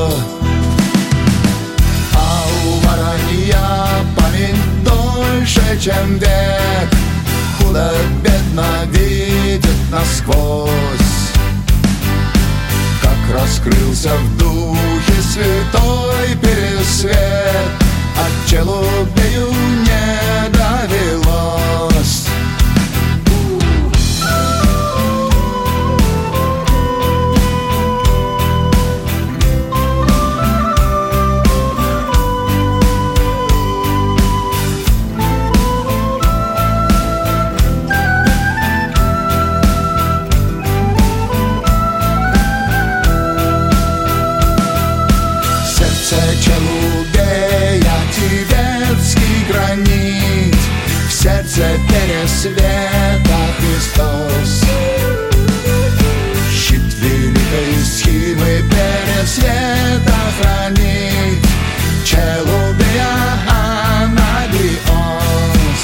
А у воронья память дольше, чем век, худо-бедно видит насквозь. Как раскрылся в духе святой пересвет, от челубею не довелось. света Христос. Щит великой схимы перед светом хранит, челубия анагиос.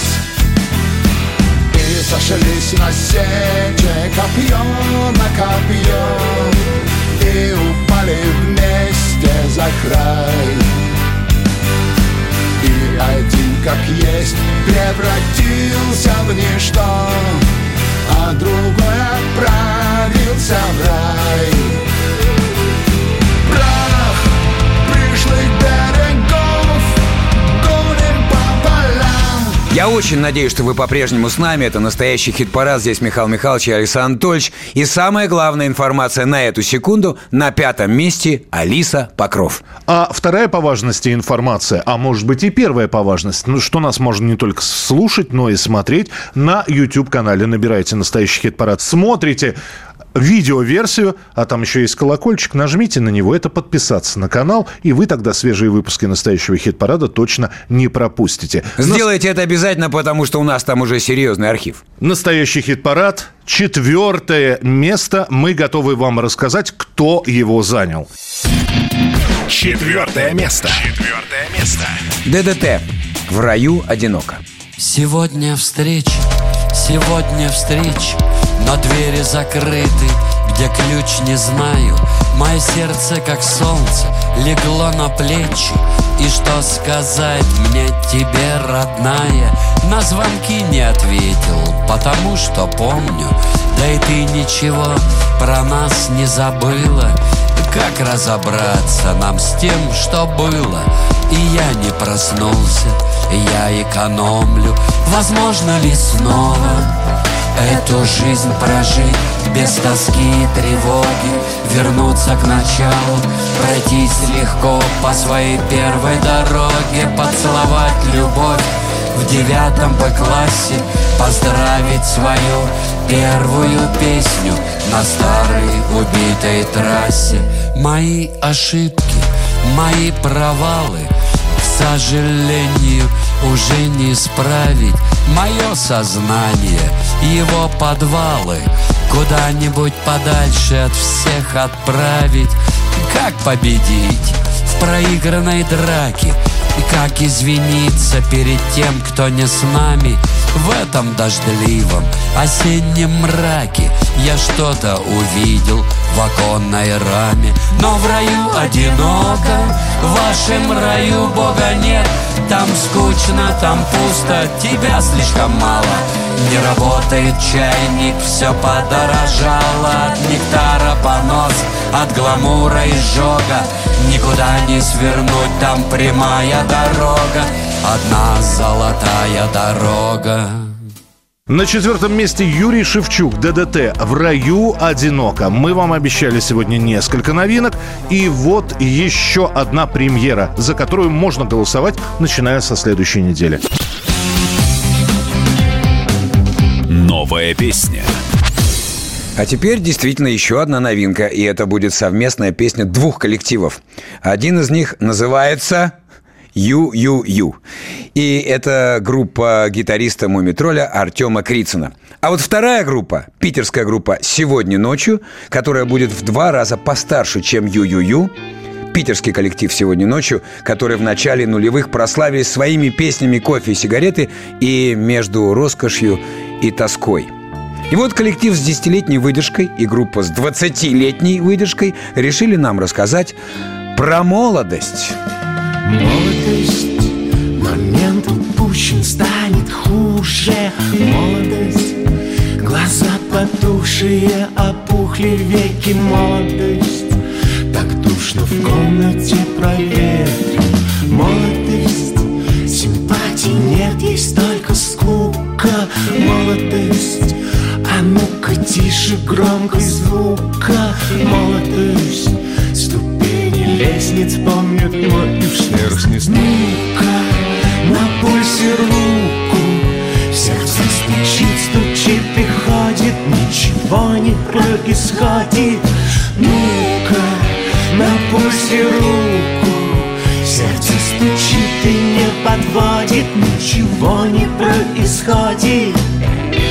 И сошлись на сече копье на копье, и упали вместе за край. И один, как есть, превратился в ничто, а другой отправился в рай. Прах пришлых берегов гоним пополам. Я очень надеюсь, что вы по-прежнему с нами. Это настоящий хит-парад. Здесь Михаил Михайлович и Александр Анатольевич. И самая главная информация на эту секунду. На 5-м месте Алиса Покров. А вторая по важности информация, а может быть и первая по важности, ну, что нас можно не только слушать, но и смотреть на YouTube-канале. Набирайте «Настоящий хит-парад», смотрите видеоверсию, а там еще есть колокольчик, нажмите на него, это подписаться на канал, и вы тогда свежие выпуски настоящего хит-парада точно не пропустите. Сделайте это обязательно, потому что у нас там уже серьезный архив. Настоящий хит-парад, 4-е место. Мы готовы вам рассказать, кто его занял. 4-е место. ДДТ. В раю одиноко. Сегодня встреча, но двери закрыты, где ключ не знаю. Мое сердце, как солнце, легло на плечи. И что сказать мне тебе, родная? На звонки не ответил, потому что помню. Да и ты ничего про нас не забыла. Как разобраться нам с тем, что было? И я не проснулся, я экономлю. Возможно ли снова эту жизнь прожить без тоски и тревоги, вернуться к началу, пройтись легко по своей первой дороге, поцеловать любовь в 9 Б-классе, поздравить свою первую песню на старой убитой трассе. Мои ошибки, мои провалы, к сожалению, уже не исправить. Мое сознание, его подвалы куда-нибудь подальше от всех отправить. Как победить в проигранной драке? И как извиниться перед тем, кто не с нами? В этом дождливом осеннем мраке я что-то увидел в оконной раме. Но в раю одиноко, в вашем раю Бога нет. Там скучно, там пусто, тебя слишком мало. Не работает чайник, все подорожало. От нектара понос, от гламура изжога. Никуда не свернуть, там прямая дорога. Одна золотая дорога. На 4-м месте Юрий Шевчук, ДДТ, «В раю одиноко». Мы вам обещали сегодня несколько новинок. И вот еще одна премьера, за которую можно голосовать, начиная со следующей недели. Новая песня. А теперь действительно еще одна новинка. И это будет совместная песня 2 коллективов. Один из них называется «Ю-Ю-Ю». И это группа гитариста Мумитроля Артема Крицына. А вот вторая группа, питерская группа «Сегодня ночью», которая будет в 2 раза постарше, чем «Ю-Ю-Ю». Питерский коллектив «Сегодня ночью», который в начале нулевых прославились своими песнями «Кофе и сигареты» и «Между роскошью и тоской». И вот коллектив с 10-летней выдержкой и группа с 20-летней выдержкой решили нам рассказать про молодость. Молодость, момент упущен, станет хуже. Молодость, глаза потухшие, опухли веки. Молодость, так душно в комнате проветрим. Молодость, симпатий нет, есть только скука. Молодость, а ну-ка тише громкость звука. Молодость, ступени лестниц помнят мой и в снег снесло. Ну-ка, на пульсе руку, сердце стучит и ходит, ничего не происходит. Ну-ка, на пульсе руку, сердце стучит и не подводит, ничего не происходит.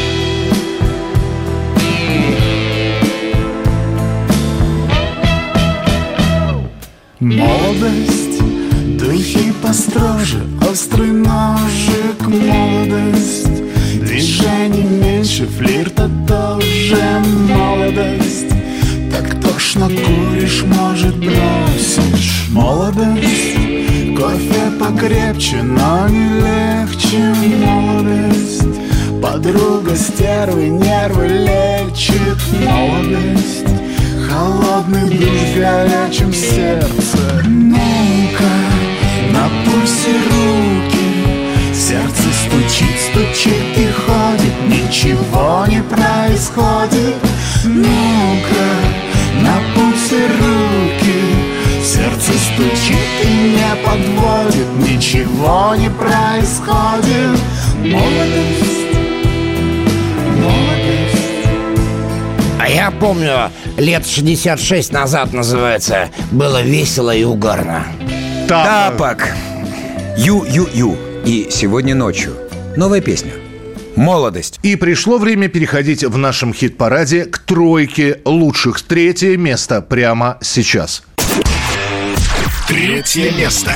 Молодость, духи построже, острый ножик, молодость. Движений меньше, флирта тоже, молодость. Так тошно куришь, может, бросишь, молодость. Кофе покрепче, но не легче, молодость. Подруга стервы нервы лечит, молодость. Холодный душ в горячем сердце. Ну-ка, на пульсе руки. Сердце стучит, стучит и ходит. Ничего не происходит. Ну-ка, на пульсе руки. Сердце стучит и не подводит. Ничего не происходит. Молодость, молодость. А я помню, лет 66 назад, называется, было весело и угарно. Тапок. Ю-ю-ю. И сегодня ночью новая песня «Молодость». И пришло время переходить в нашем хит-параде к тройке лучших. Третье место прямо сейчас. Третье место.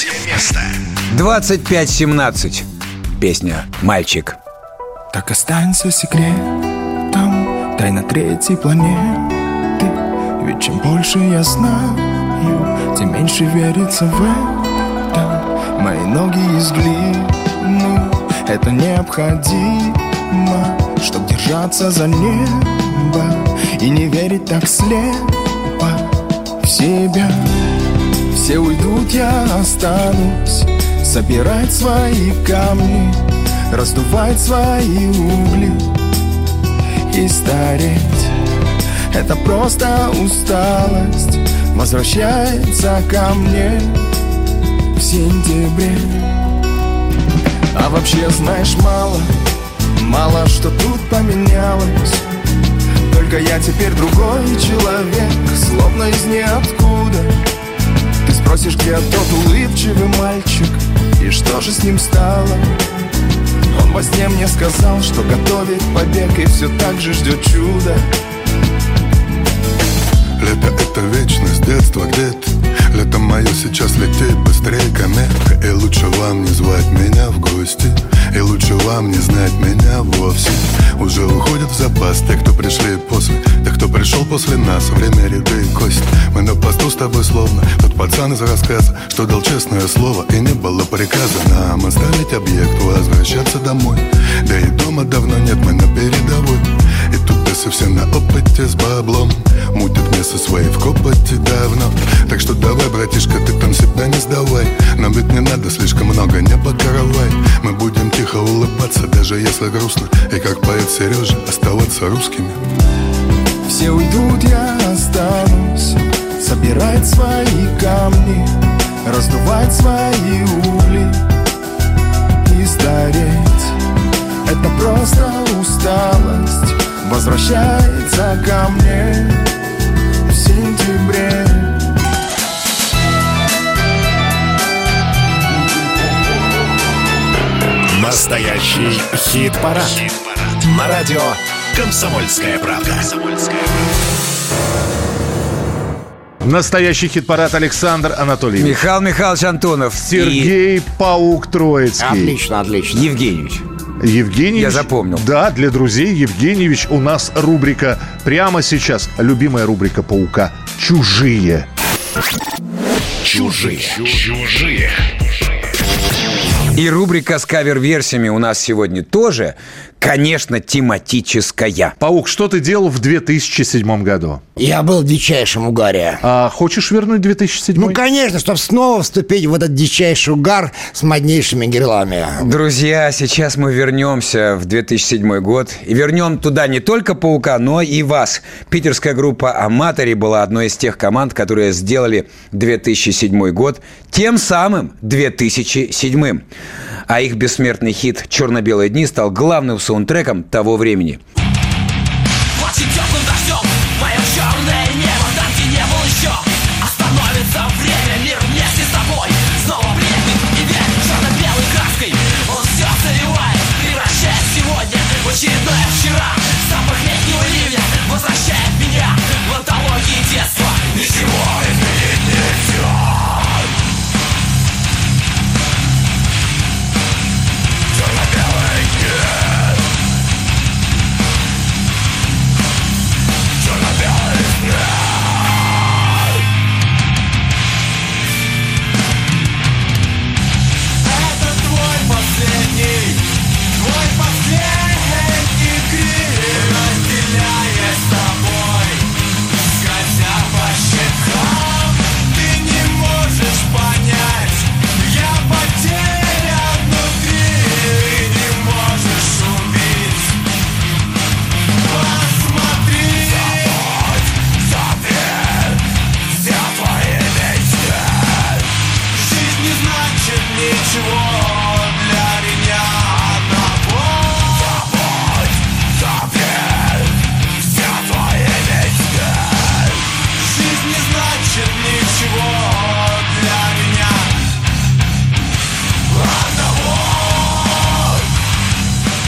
25-17. Песня «Мальчик». Так останься секретом, тайна третьей планеты. Ведь чем больше я знаю, тем меньше верится в это. Мои ноги из глины, это необходимо, чтоб держаться за небо и не верить так слепо в себя. Все уйдут, я останусь, собирать свои камни, раздувать свои угли и стареть. Это просто усталость возвращается ко мне в сентябре. А вообще, знаешь, мало что тут поменялось. Только я теперь другой человек, словно из ниоткуда. Ты спросишь, где тот улыбчивый мальчик, и что же с ним стало? Он во сне мне сказал, что готовит побег и все так же ждет чуда. Лето — это вечность, детство где-то. Лето мое сейчас летит быстрее комета. И лучше вам не звать меня в гости, и лучше вам не знать меня вовсе. Уже уходят в запас те, кто пришли после, те, кто пришел после нас. Время, ряды и кости. Мы на посту с тобой словно тот пацан из рассказа, что дал честное слово и не было приказа нам оставить объект, возвращаться домой. Да и дома давно нет, мы на передовой. И тут все на опыте с баблом. Мутят место свои в копоте давно. Так что давай, братишка, ты там себя не сдавай. Нам ведь не надо слишком много, не покоровай. Мы будем тихо улыбаться, даже если грустно. И как поэт Сережа, оставаться русскими. Все уйдут, я останусь, собирать свои камни, раздувать свои угли и стареть. Это просто усталость возвращается ко мне в сентябре. Настоящий хит-парад. На радио «Комсомольская правда». Настоящий хит-парад. Александр Анатольевич, Михаил Михайлович Антонов, Сергей Паук Троицкий. Отлично, отлично. Евгеньевич. Евгеньевич. Я запомнил. Да, для друзей Евгеньевич. У нас рубрика прямо сейчас. Любимая рубрика Паука. Чужие. Чужие. И рубрика с кавер-версиями у нас сегодня тоже, конечно, тематическая. Паук, что ты делал в 2007 году? Я был в дичайшем угаре. А хочешь вернуть 2007? Ну, конечно, чтобы снова вступить в этот дичайший угар с моднейшими герлами. Друзья, сейчас мы вернемся в 2007 год. И вернем туда не только Паука, но и вас. Питерская группа «Аматори» была одной из тех команд, которые сделали 2007 год тем самым 2007-м. А их бессмертный хит «Черно-белые дни» стал главным саундтреком того времени. Очень теплым дождем мое черное небо, там, где не был еще. Остановится время, мир вместе с тобой снова бледный и верь черно-белой краской. Он все заливает, превращает сегодня в очередное вчера. Запах летнего ливня возвращает меня в антологии детства. Ничего изменить нельзя.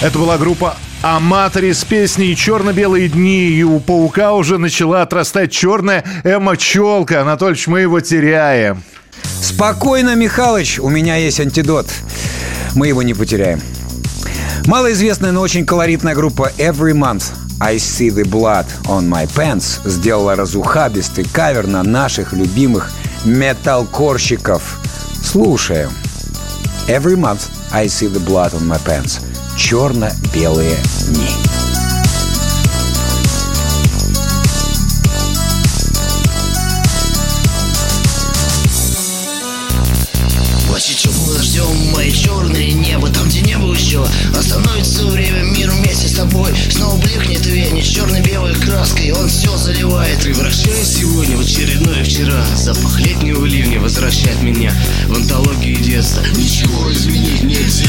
Это была группа Аматори с песней «Черно-белые дни». И у паука уже начала отрастать черная эмо-челка. Анатольевич, мы его теряем. Спокойно, Михалыч, у меня есть антидот. Мы его не потеряем. Малоизвестная, но очень колоритная группа Every Month I See the Blood on My Pants сделала разухабистый кавер на наших любимых металкорщиков. Слушаем. Every Month I See the Blood on My Pants. Черно-белые дни. Мы ждем мое черное небо, там, где небо еще остановится время, мир вместе с тобой. Снова блекнет венец черно-белой краской, он все заливает. Превращаясь сегодня в очередное вчера. Запах летнего ливня возвращает меня в антологию детства. Ничего изменить нельзя.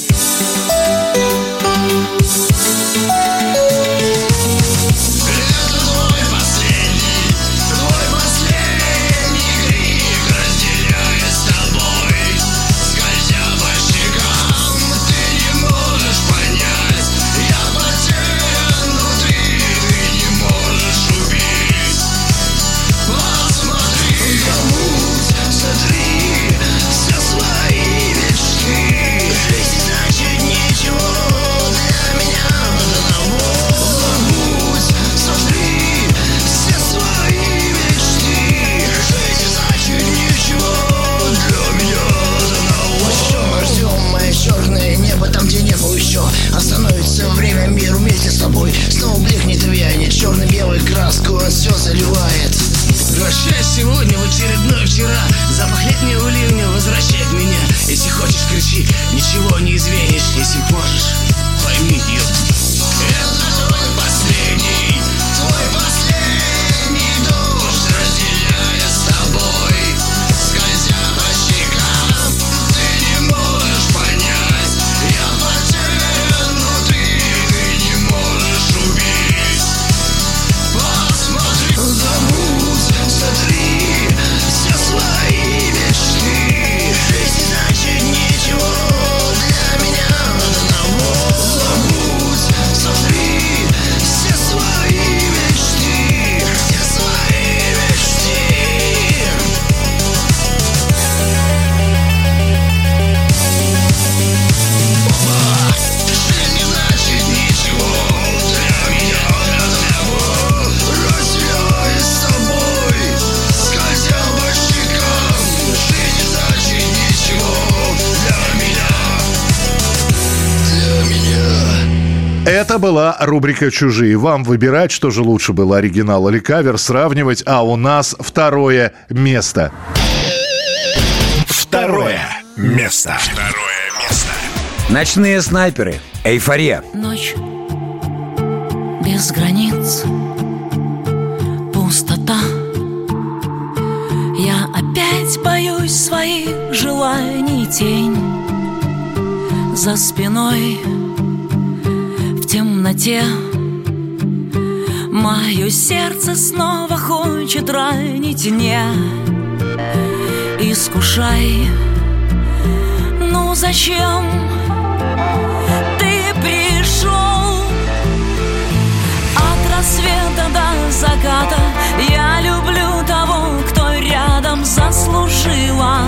Остановится время, мир вместе с тобой. Снова блекнет вянет черно-белой краску, он все заливает. Прощай сегодня в очередное вчера. Запах летнего ливня возвращает меня. Если хочешь, кричи, ничего не изменишь. Если можешь, пойми, это твой последний дождь, разделяя с тобой, скользя по щекам. Ты не можешь понять, я потерян внутри, ты не можешь убить. Посмотри, забудь, сотри все свои мечты. Жизнь значит ничего для меня одного. Забудь, сотри все свои мечты, все свои мечты. Жизнь не значит ничего для меня одного. Разделяя с тобой, скользя по щекам. Жизнь не значит ничего для меня. Это была рубрика «Чужие». Вам выбирать, что же лучше было, оригинал или кавер, сравнивать. А у нас второе место. Второе место. Ночные снайперы. Эйфория. Ночь без границ, пустота. Я опять боюсь своих желаний, тень за спиной в темноте. Мое сердце снова хочет ранить, не искушай. Ну зачем ты пришел? От рассвета до заката я люблю того, кто рядом, заслужила.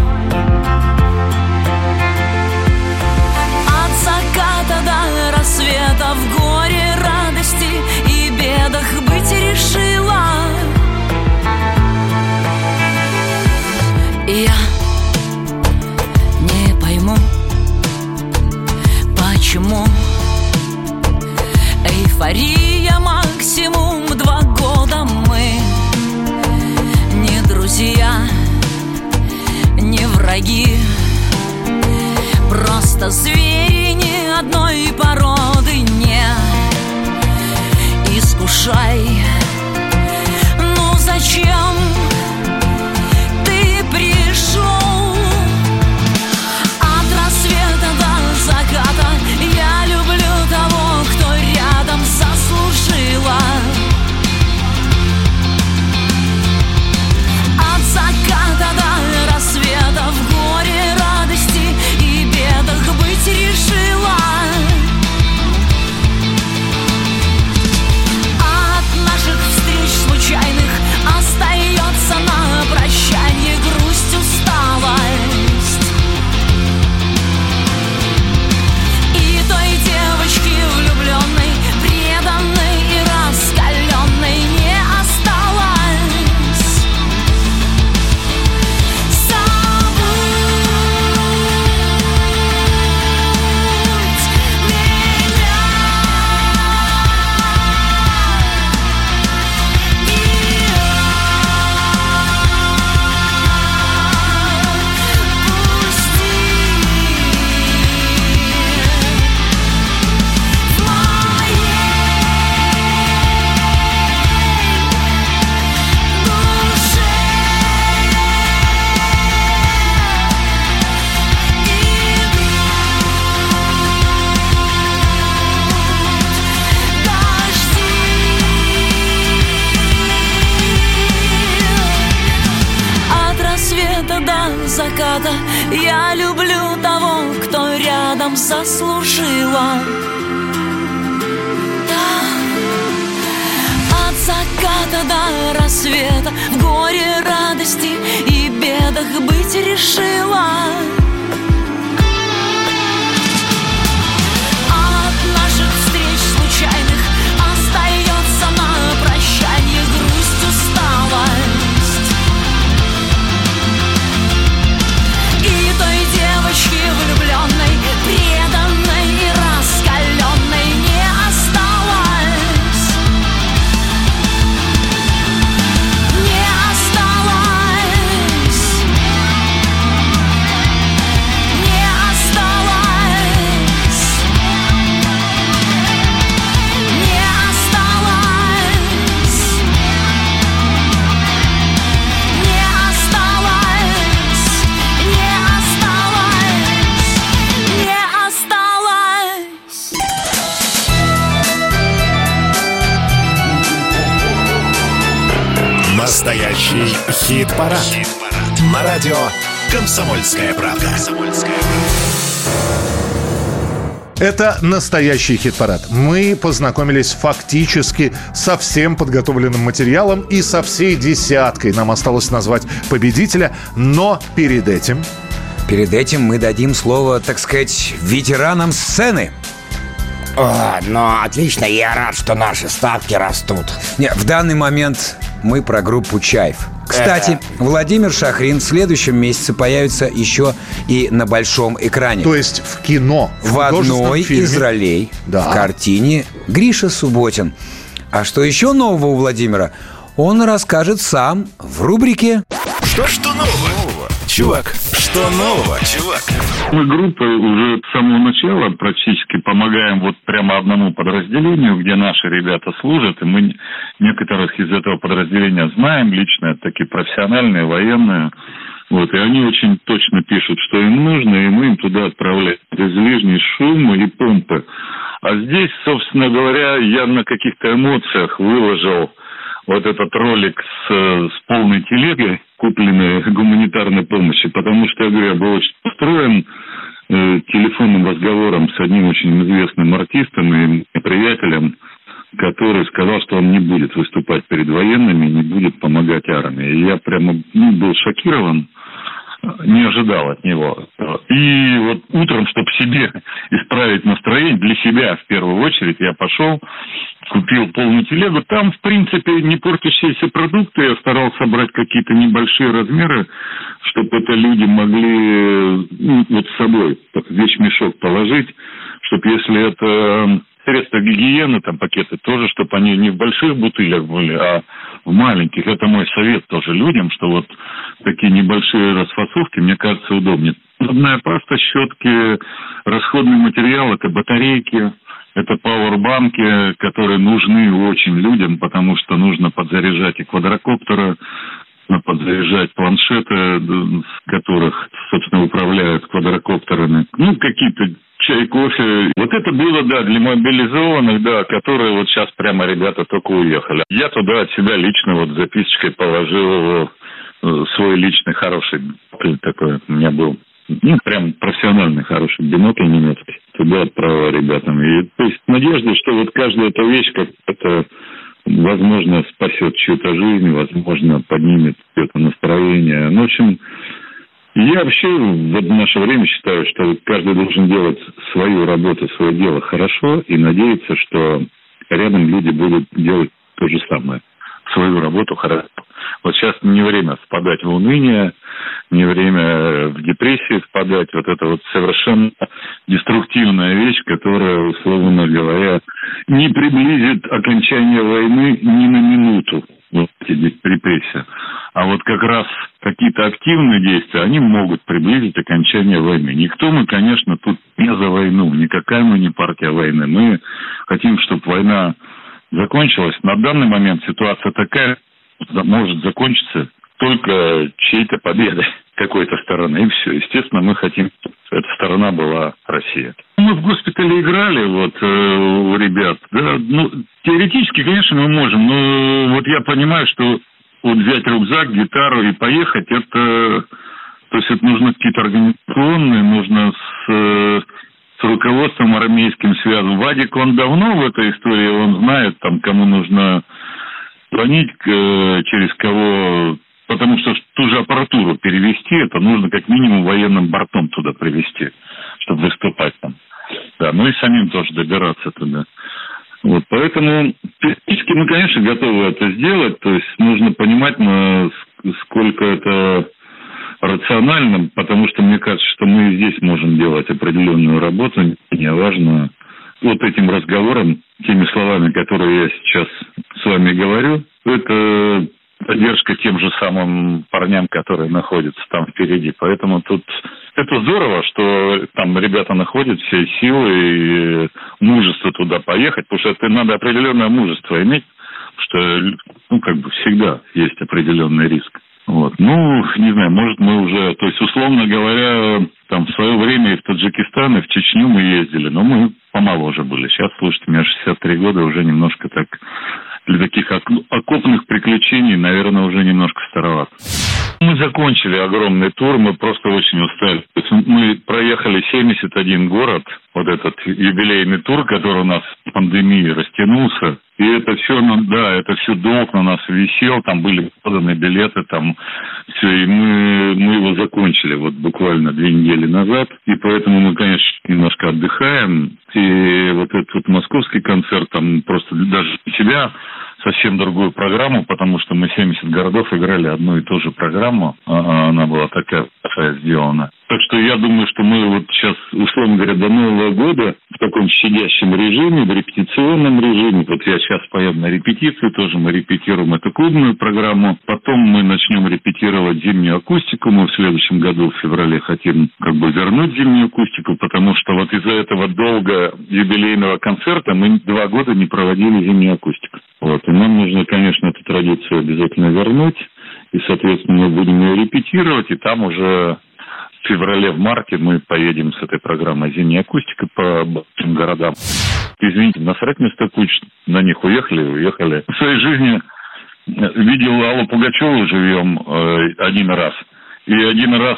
От заката до рассвета в горе, радости и бедах быть решила. Я не пойму, почему эйфория максимум 2 года. Мы не друзья, не враги, просто звери ни одной породы. Не искушай. Ну зачем ты пришел? От рассвета до заката я люблю того, кто рядом, заслужила. От заката до рассвета в горе, радости и бедах быть решила. заката. Я люблю того, кто рядом заслужила. От заката до рассвета в горе, радости и бедах быть решила. От наших встреч случайных остается на прощанье грусть, усталость. И той девочки влюбленной, преданной и раскаленной не осталось. Не осталось. Не осталось. Не осталось. Не осталось. Не осталось. Не осталось. Настоящий хит-парад. На радио «Комсомольская правда». Это настоящий хит-парад. Мы познакомились фактически со всем подготовленным материалом и со всей десяткой. Нам осталось назвать победителя, но перед этим мы дадим слово, так сказать, ветеранам сцены. Ну, отлично, я рад, что наши ставки растут. Не, в данный момент мы про группу «Чайф». Кстати, Владимир Шахрин в следующем месяце появится еще и на большом экране. То есть в кино. В одной из ролей в картине Гриша Субботин. А что еще нового у Владимира, он расскажет сам в рубрике Что нового, чувак? Что нового, чувак? Мы группой уже с самого начала практически помогаем вот прямо одному подразделению, где наши ребята служат, и мы некоторых из этого подразделения знаем лично, это такие профессиональные, военные. Вот, и они очень точно пишут, что им нужно, и мы им туда отправляем излишний шум и помпы. А здесь, собственно говоря, я на каких-то эмоциях выложил вот этот ролик с полной телегой, купленной гуманитарной помощи, потому что, я говорю, я был очень устроен телефонным разговором с одним очень известным артистом и приятелем, который сказал, что он не будет выступать перед военными, не будет помогать армии. И я прямо был шокирован, не ожидал от него. И вот утром, чтобы себе исправить настроение, для себя в первую очередь, я пошел, купил полную телегу. Там, в принципе, не портящиеся продукты. Я старался брать какие-то небольшие размеры, чтобы это люди могли вот с собой вещмешок положить, чтобы если это средства гигиены, там пакеты тоже, чтобы они не в больших бутылях были, а в маленьких. Это мой совет тоже людям, что вот такие небольшие расфасовки, мне кажется, удобнее. Зубная паста, щетки, расходный материал, это батарейки, это пауэрбанки, которые нужны очень людям, потому что нужно подзаряжать и квадрокоптеры, нужно подзаряжать планшеты, с которых, собственно, управляют квадрокоптерами. Ну, какие-то чай, кофе. Вот это было, да, для мобилизованных, да, которые вот сейчас прямо ребята только уехали. Я туда от себя лично вот записочкой положил свой личный хороший бинокль такой у меня был. Ну, прям профессиональный хороший бинокль немецкий. Туда отправил ребятам. И, то есть, надежда, что вот каждая эта вещь как-то, возможно, спасет чью-то жизнь, возможно, поднимет это настроение. Ну, в общем, я вообще в наше время считаю, что каждый должен делать свою работу, свое дело хорошо и надеяться, что рядом люди будут делать то же самое. Свою работу хорошо. Вот сейчас не время впадать в уныние, не время в депрессии впадать. Вот это вот совершенно деструктивная вещь, которая, условно говоря, не приблизит окончание войны ни на минуту. Вот эти депрессии. А вот как раз какие-то активные действия, они могут приблизить окончание войны. Никто мы, конечно, тут не за войну. Никакая мы не партия войны. Мы хотим, чтобы война закончилась. На данный момент ситуация такая, может закончиться только чьей-то победой какой-то стороны. И все. Естественно, мы хотим, чтобы эта сторона была Россия. Мы в госпитале играли вот у ребят. Да, ну, теоретически, конечно, мы можем. Но вот я понимаю, что вот взять рюкзак, гитару и поехать, это То есть это нужно какие-то организационные, нужно с руководством армейским связан. Вадик, он давно в этой истории, он знает, там, кому нужно звонить, через кого, потому что ту же аппаратуру перевести, это нужно как минимум военным бортом туда привезти, чтобы выступать там. Да, ну и самим тоже добираться туда. Вот, поэтому технически мы, конечно, готовы это сделать, то есть нужно понимать, сколько это рационально, потому что мне кажется, что мы здесь можем делать определенную работу, неважно, вот этим разговором, теми словами, которые я сейчас с вами говорю, это поддержка тем же самым парням, которые находятся там впереди. Поэтому тут это здорово, что там ребята находят все силы и мужество туда поехать, потому что это надо определенное мужество иметь, что, всегда есть определенный риск. Вот. Ну, не знаю, может мы уже, то есть, условно говоря, там в свое время и в Таджикистан, и в Чечню мы ездили, но мы помоложе были. Сейчас, слушайте, мне 63 года, уже немножко так, для таких окопных приключений, наверное, уже немножко старовато. Мы закончили огромный тур, мы просто очень устали. То есть мы проехали 71 город, вот этот юбилейный тур, который у нас в пандемии растянулся. И это все, это все долг на нас висел, там были проданы билеты, там все, и мы его закончили вот буквально 2 недели назад. И поэтому мы, конечно, немножко отдыхаем. И вот этот вот московский концерт, там просто даже для себя совсем другую программу, потому что мы 70 городов играли одну и ту же программу, она была такая сделана. Так что я думаю, что мы вот сейчас, условно говоря, до Нового года в таком щадящем режиме, в репетиционном режиме, вот я сейчас поеду на репетицию, тоже мы репетируем эту клубную программу, потом мы начнем репетировать зимнюю акустику, мы в следующем году, в феврале, хотим вернуть зимнюю акустику, потому что вот из-за этого долго юбилейного концерта мы 2 года не проводили зимнюю акустику. Вот, и нам нужно, конечно, эту традицию обязательно вернуть, и, соответственно, мы будем ее репетировать, и там уже в феврале, в марте мы поедем с этой программой «Зимняя акустика» по большим городам. Извините, насрать место куч, на них уехали. В своей жизни видел Аллу Пугачеву живьем один раз. И один раз,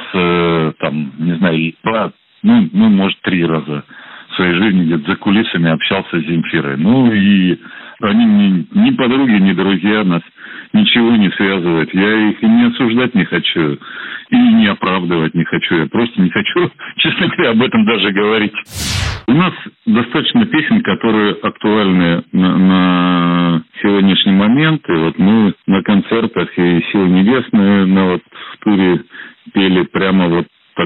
не знаю, 2, может, 3 раза в своей жизни где-то за кулисами общался с Земфирой. Ну, и они ни подруги, ни друзья, нас ничего не связывает. Я их и не осуждать не хочу, и не оправдывать не хочу. Я просто не хочу, честно говоря, об этом даже говорить. У нас достаточно песен, которые актуальны на сегодняшний момент. И вот мы на концертах и «Силы небесные» в туре пели прямо вот так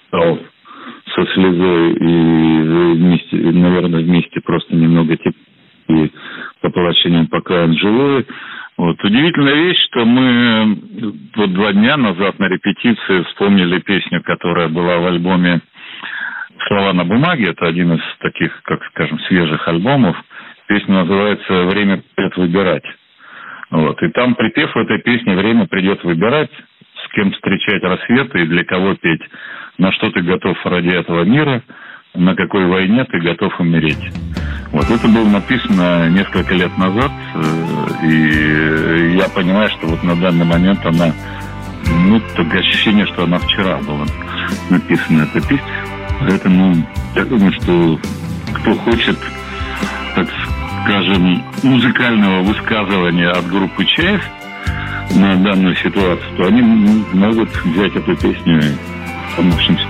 со слезой и вместе, наверное, вместе просто немного и по воплощением «Пока он живой». Вот. Удивительная вещь, что мы вот 2 дня назад на репетиции вспомнили песню, которая была в альбоме «Слова на бумаге». Это один из таких, как скажем, свежих альбомов. Песня называется «Время придет выбирать». Вот. И там припев этой песни «Время придет выбирать», с кем встречать рассветы и для кого петь, на что ты готов ради этого мира, на какой войне ты готов умереть. Вот это было написано несколько лет назад, и я понимаю, что вот на данный момент она, такое ощущение, что она вчера была написана, эта песня. Поэтому я думаю, что кто хочет, так скажем, музыкального высказывания от группы «Чайф» на данную ситуацию, то они могут взять эту песню и помочь им.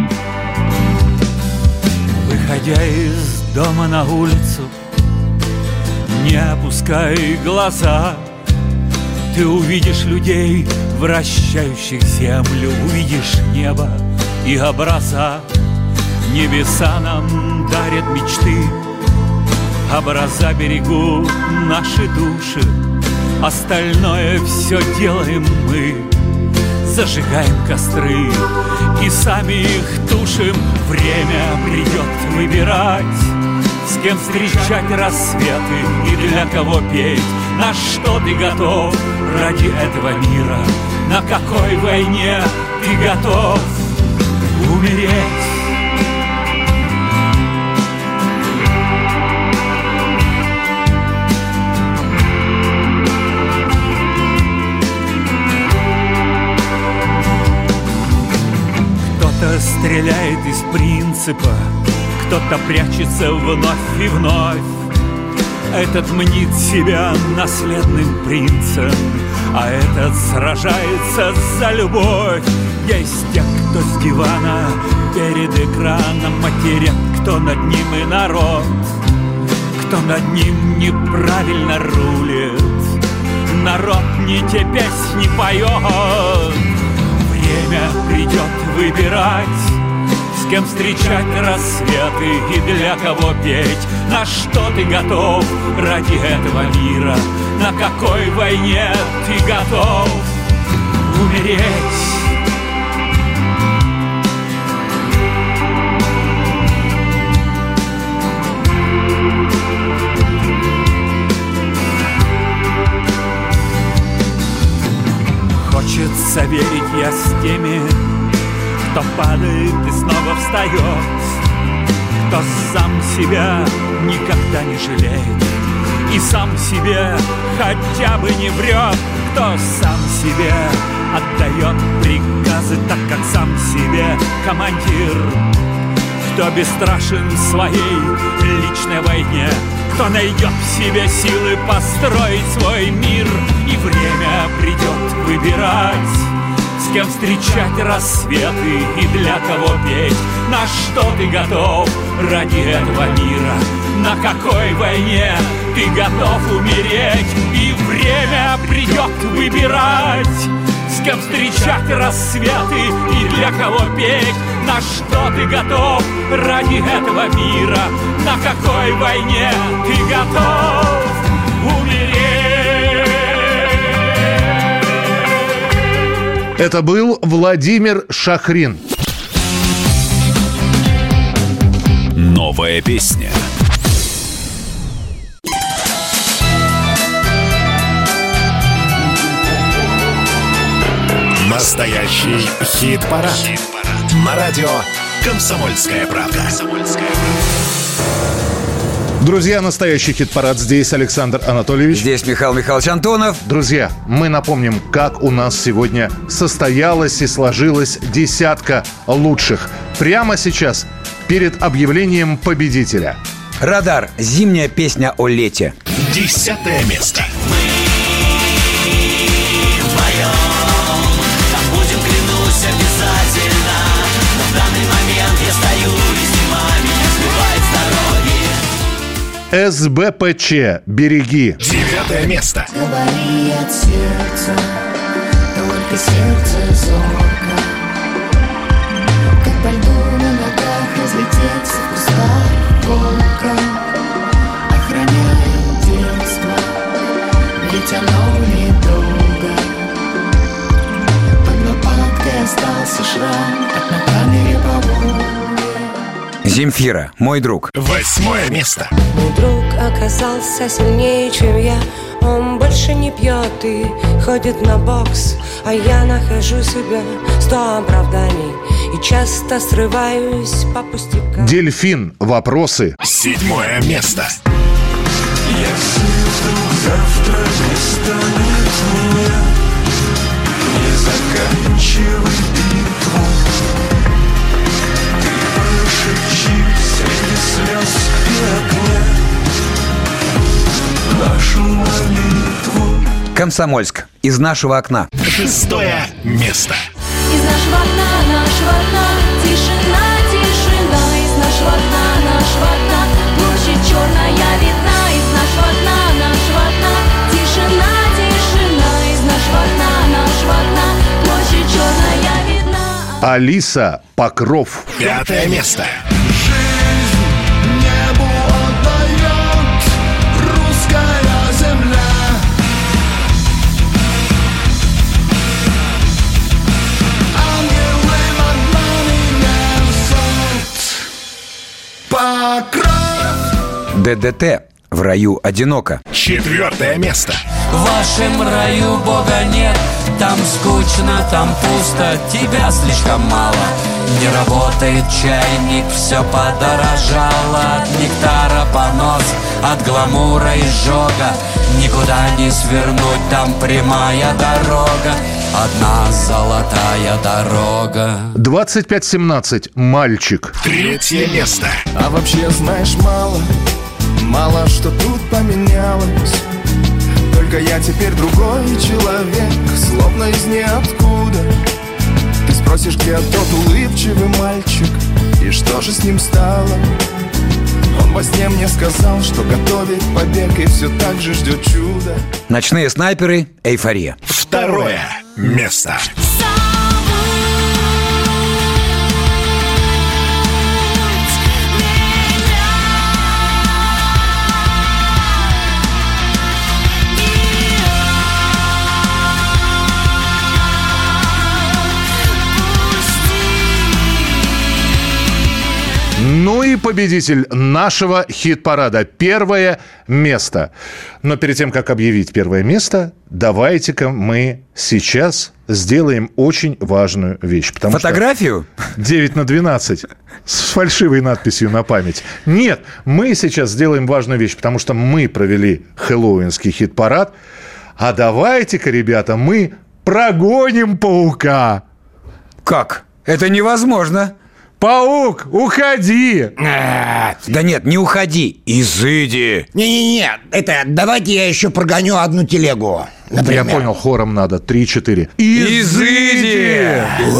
Выходя из дома на улицу, не опускай глаза, ты увидишь людей, вращающих землю, увидишь небо и образа. Небеса нам дарят мечты, образа берегут наши души, остальное все делаем мы. Зажигаем костры и сами их тушим. Время придет выбирать, с кем встречать рассветы и для кого петь. На что ты готов ради этого мира? На какой войне ты готов умереть? стреляет из принципа, кто-то прячется вновь и вновь. Этот мнит себя наследным принцем, а этот сражается за любовь. Есть те, кто с дивана перед экраном матерят, кто над ним и народ, кто над ним неправильно рулит. Народ не те песни поет. Время придет выбирать, с кем встречать рассветы и для кого петь. На что ты готов ради этого мира? На какой войне ты готов умереть? Хочется верить я с теми, кто падает и снова встает, кто сам себя никогда не жалеет и сам себе хотя бы не врет, кто сам себе отдает приказы так, как сам себе командир, кто бесстрашен в своей личной войне, кто найдет в себе силы построить свой мир. И время придет выбирать, с кем встречать рассветы и для кого петь. На что ты готов ради этого мира? На какой войне ты готов умереть? И время придет выбирать, с кем встречать рассветы и для кого петь. На что ты готов ради этого мира? На какой войне ты готов умереть? Это был Владимир Шахрин. Новая песня. Настоящий хит-парад. На радио «Комсомольская правда». Друзья, настоящий хит-парад. Здесь Александр Анатольевич. Здесь Михаил Михайлович Антонов. Друзья, мы напомним, как у нас сегодня состоялась и сложилась десятка лучших. Прямо сейчас, перед объявлением победителя. «Радар». Зимняя песня о лете. 10-е место. СБПЧ «Береги». 9-е место. Говори от сердца, только сердце зорко. Как по льду на ногах разлететься в кустах волка. Охраняет детство, ведь оно недолго. Под лопаткой остался шрам от накамере по Волге. Земфира «Мой друг». 8-е место. Мой друг оказался сильнее, чем я. Он больше не пьет и ходит на бокс, а я нахожу себя 100 оправданий и часто срываюсь по пустякам. «Дельфин. Вопросы». 7-е место. Если вдруг завтра не станет мне, не заканчивай битву. Ты прошепчи среди слез и огня нашу молитву. Комсомольск. Из нашего окна. 6-е место. Из нашего окна, тишина, тишина. Из нашего окна, площадь черная видна. Из нашего окна, тишина, тишина. Из нашего окна, площадь черная видна. Алиса Покров. 5-е место. Небу отдает русская земля. Ангелы над нами несут покров. ДДТ. В раю одиноко. 4-е место. В вашем раю Бога нет, там скучно, там пусто, тебя слишком мало. Не работает чайник, все подорожало. От нектара понос, от гламура изжога. Никуда не свернуть, там прямая дорога. одна золотая дорога. 25-17. Мальчик. Третье место. А вообще, знаешь, мало что тут поменялось. Только я теперь другой человек, словно из ниоткуда. Ты спросишь, где тот улыбчивый мальчик, и что же с ним стало? Он во сне мне сказал, что готовит побег и все так же ждет чуда. Ночные снайперы. Эйфория. Второе место. Ну и победитель нашего хит-парада. Первое место. Но перед тем, как объявить первое место, давайте-ка мы сейчас сделаем очень важную вещь. Фотографию? 9/12 с фальшивой надписью на память. Нет, мы сейчас сделаем важную вещь, потому что мы провели хэллоуинский хит-парад. А давайте-ка, ребята, мы прогоним паука. Как? Это невозможно. Паук, уходи! Да нет, не уходи, изыди. Не-не-не, давайте я еще прогоню одну телегу, например. Я понял, хором надо, 3-4. Изыди!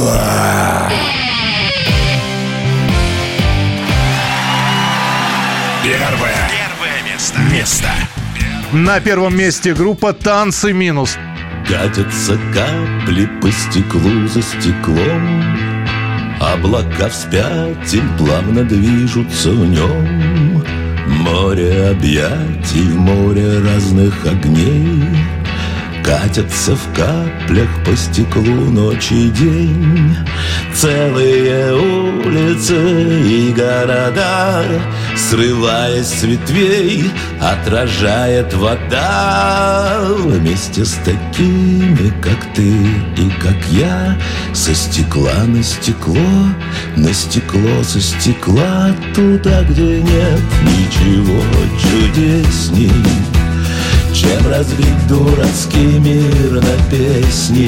Первое место. На первом месте группа «Танцы минус». Катятся капли по стеклу за стеклом, облака вспять плавно движутся в нем. Море объятий, море разных огней катятся в каплях по стеклу ночь и день. Целые улицы и города, срываясь с ветвей, отражает вода. Вместе с такими, как ты и как я, со стекла на стекло, на стекло со стекла, туда, где нет ничего чудесней, чем разбить дурацкий мир на песне,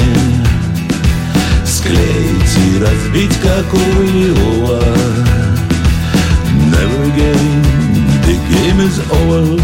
склеить и разбить, как у Иова. Never again, the game is over.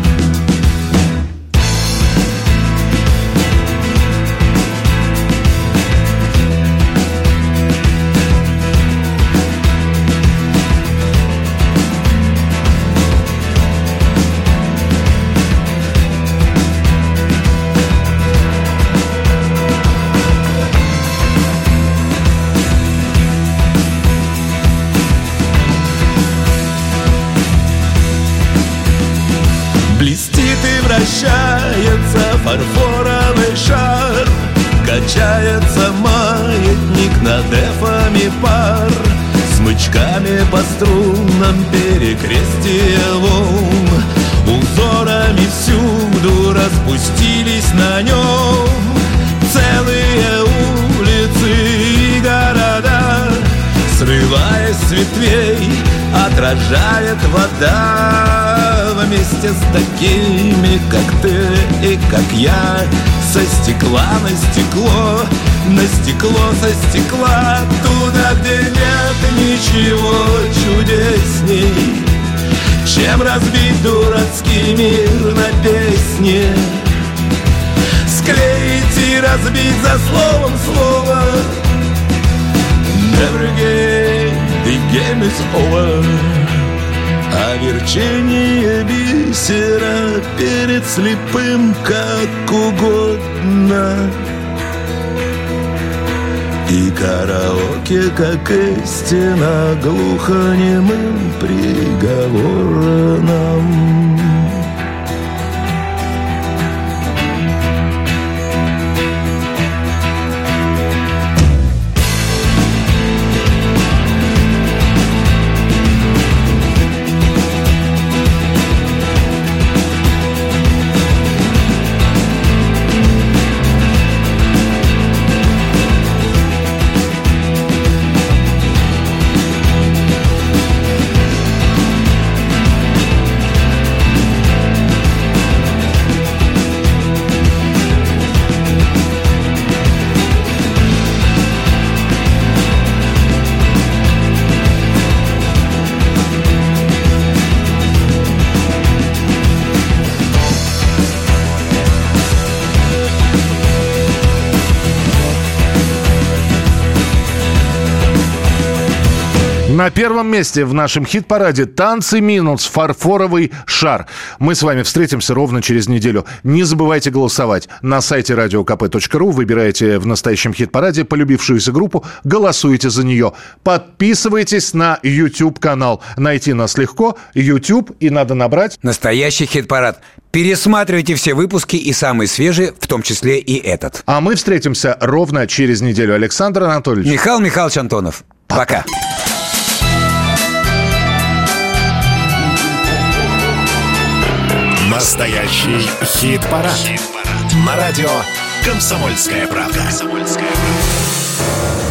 Вращается фарфоровый шар, качается маятник над эфами пар, смычками по струнам перекрестия волн, узорами всюду распустились на нем целые улицы и города, срываясь с ветвей, отражает вода. Вместе с такими, как ты и как я, со стекла на стекло, на стекло со стекла, туда, где нет ничего чудесней, чем разбить дурацкий мир на песне, склеить и разбить за словом слово. Never again, the game is over. А верчение бисера перед слепым как угодно, и караоке, как истина, глухонемым приговором. На первом месте в нашем хит-параде «Танцы минус. Фарфоровый шар». Мы с вами встретимся ровно через неделю. Не забывайте голосовать. На сайте radiokp.ru выбираете в настоящем хит-параде полюбившуюся группу, голосуйте за нее. Подписывайтесь на YouTube-канал. Найти нас легко. YouTube, и надо набрать... Настоящий хит-парад. Пересматривайте все выпуски и самые свежие, в том числе и этот. А мы встретимся ровно через неделю. Александр Анатольевич. Михаил Михайлович Антонов. Пока. Настоящий хит-парад. На радио «Комсомольская правда».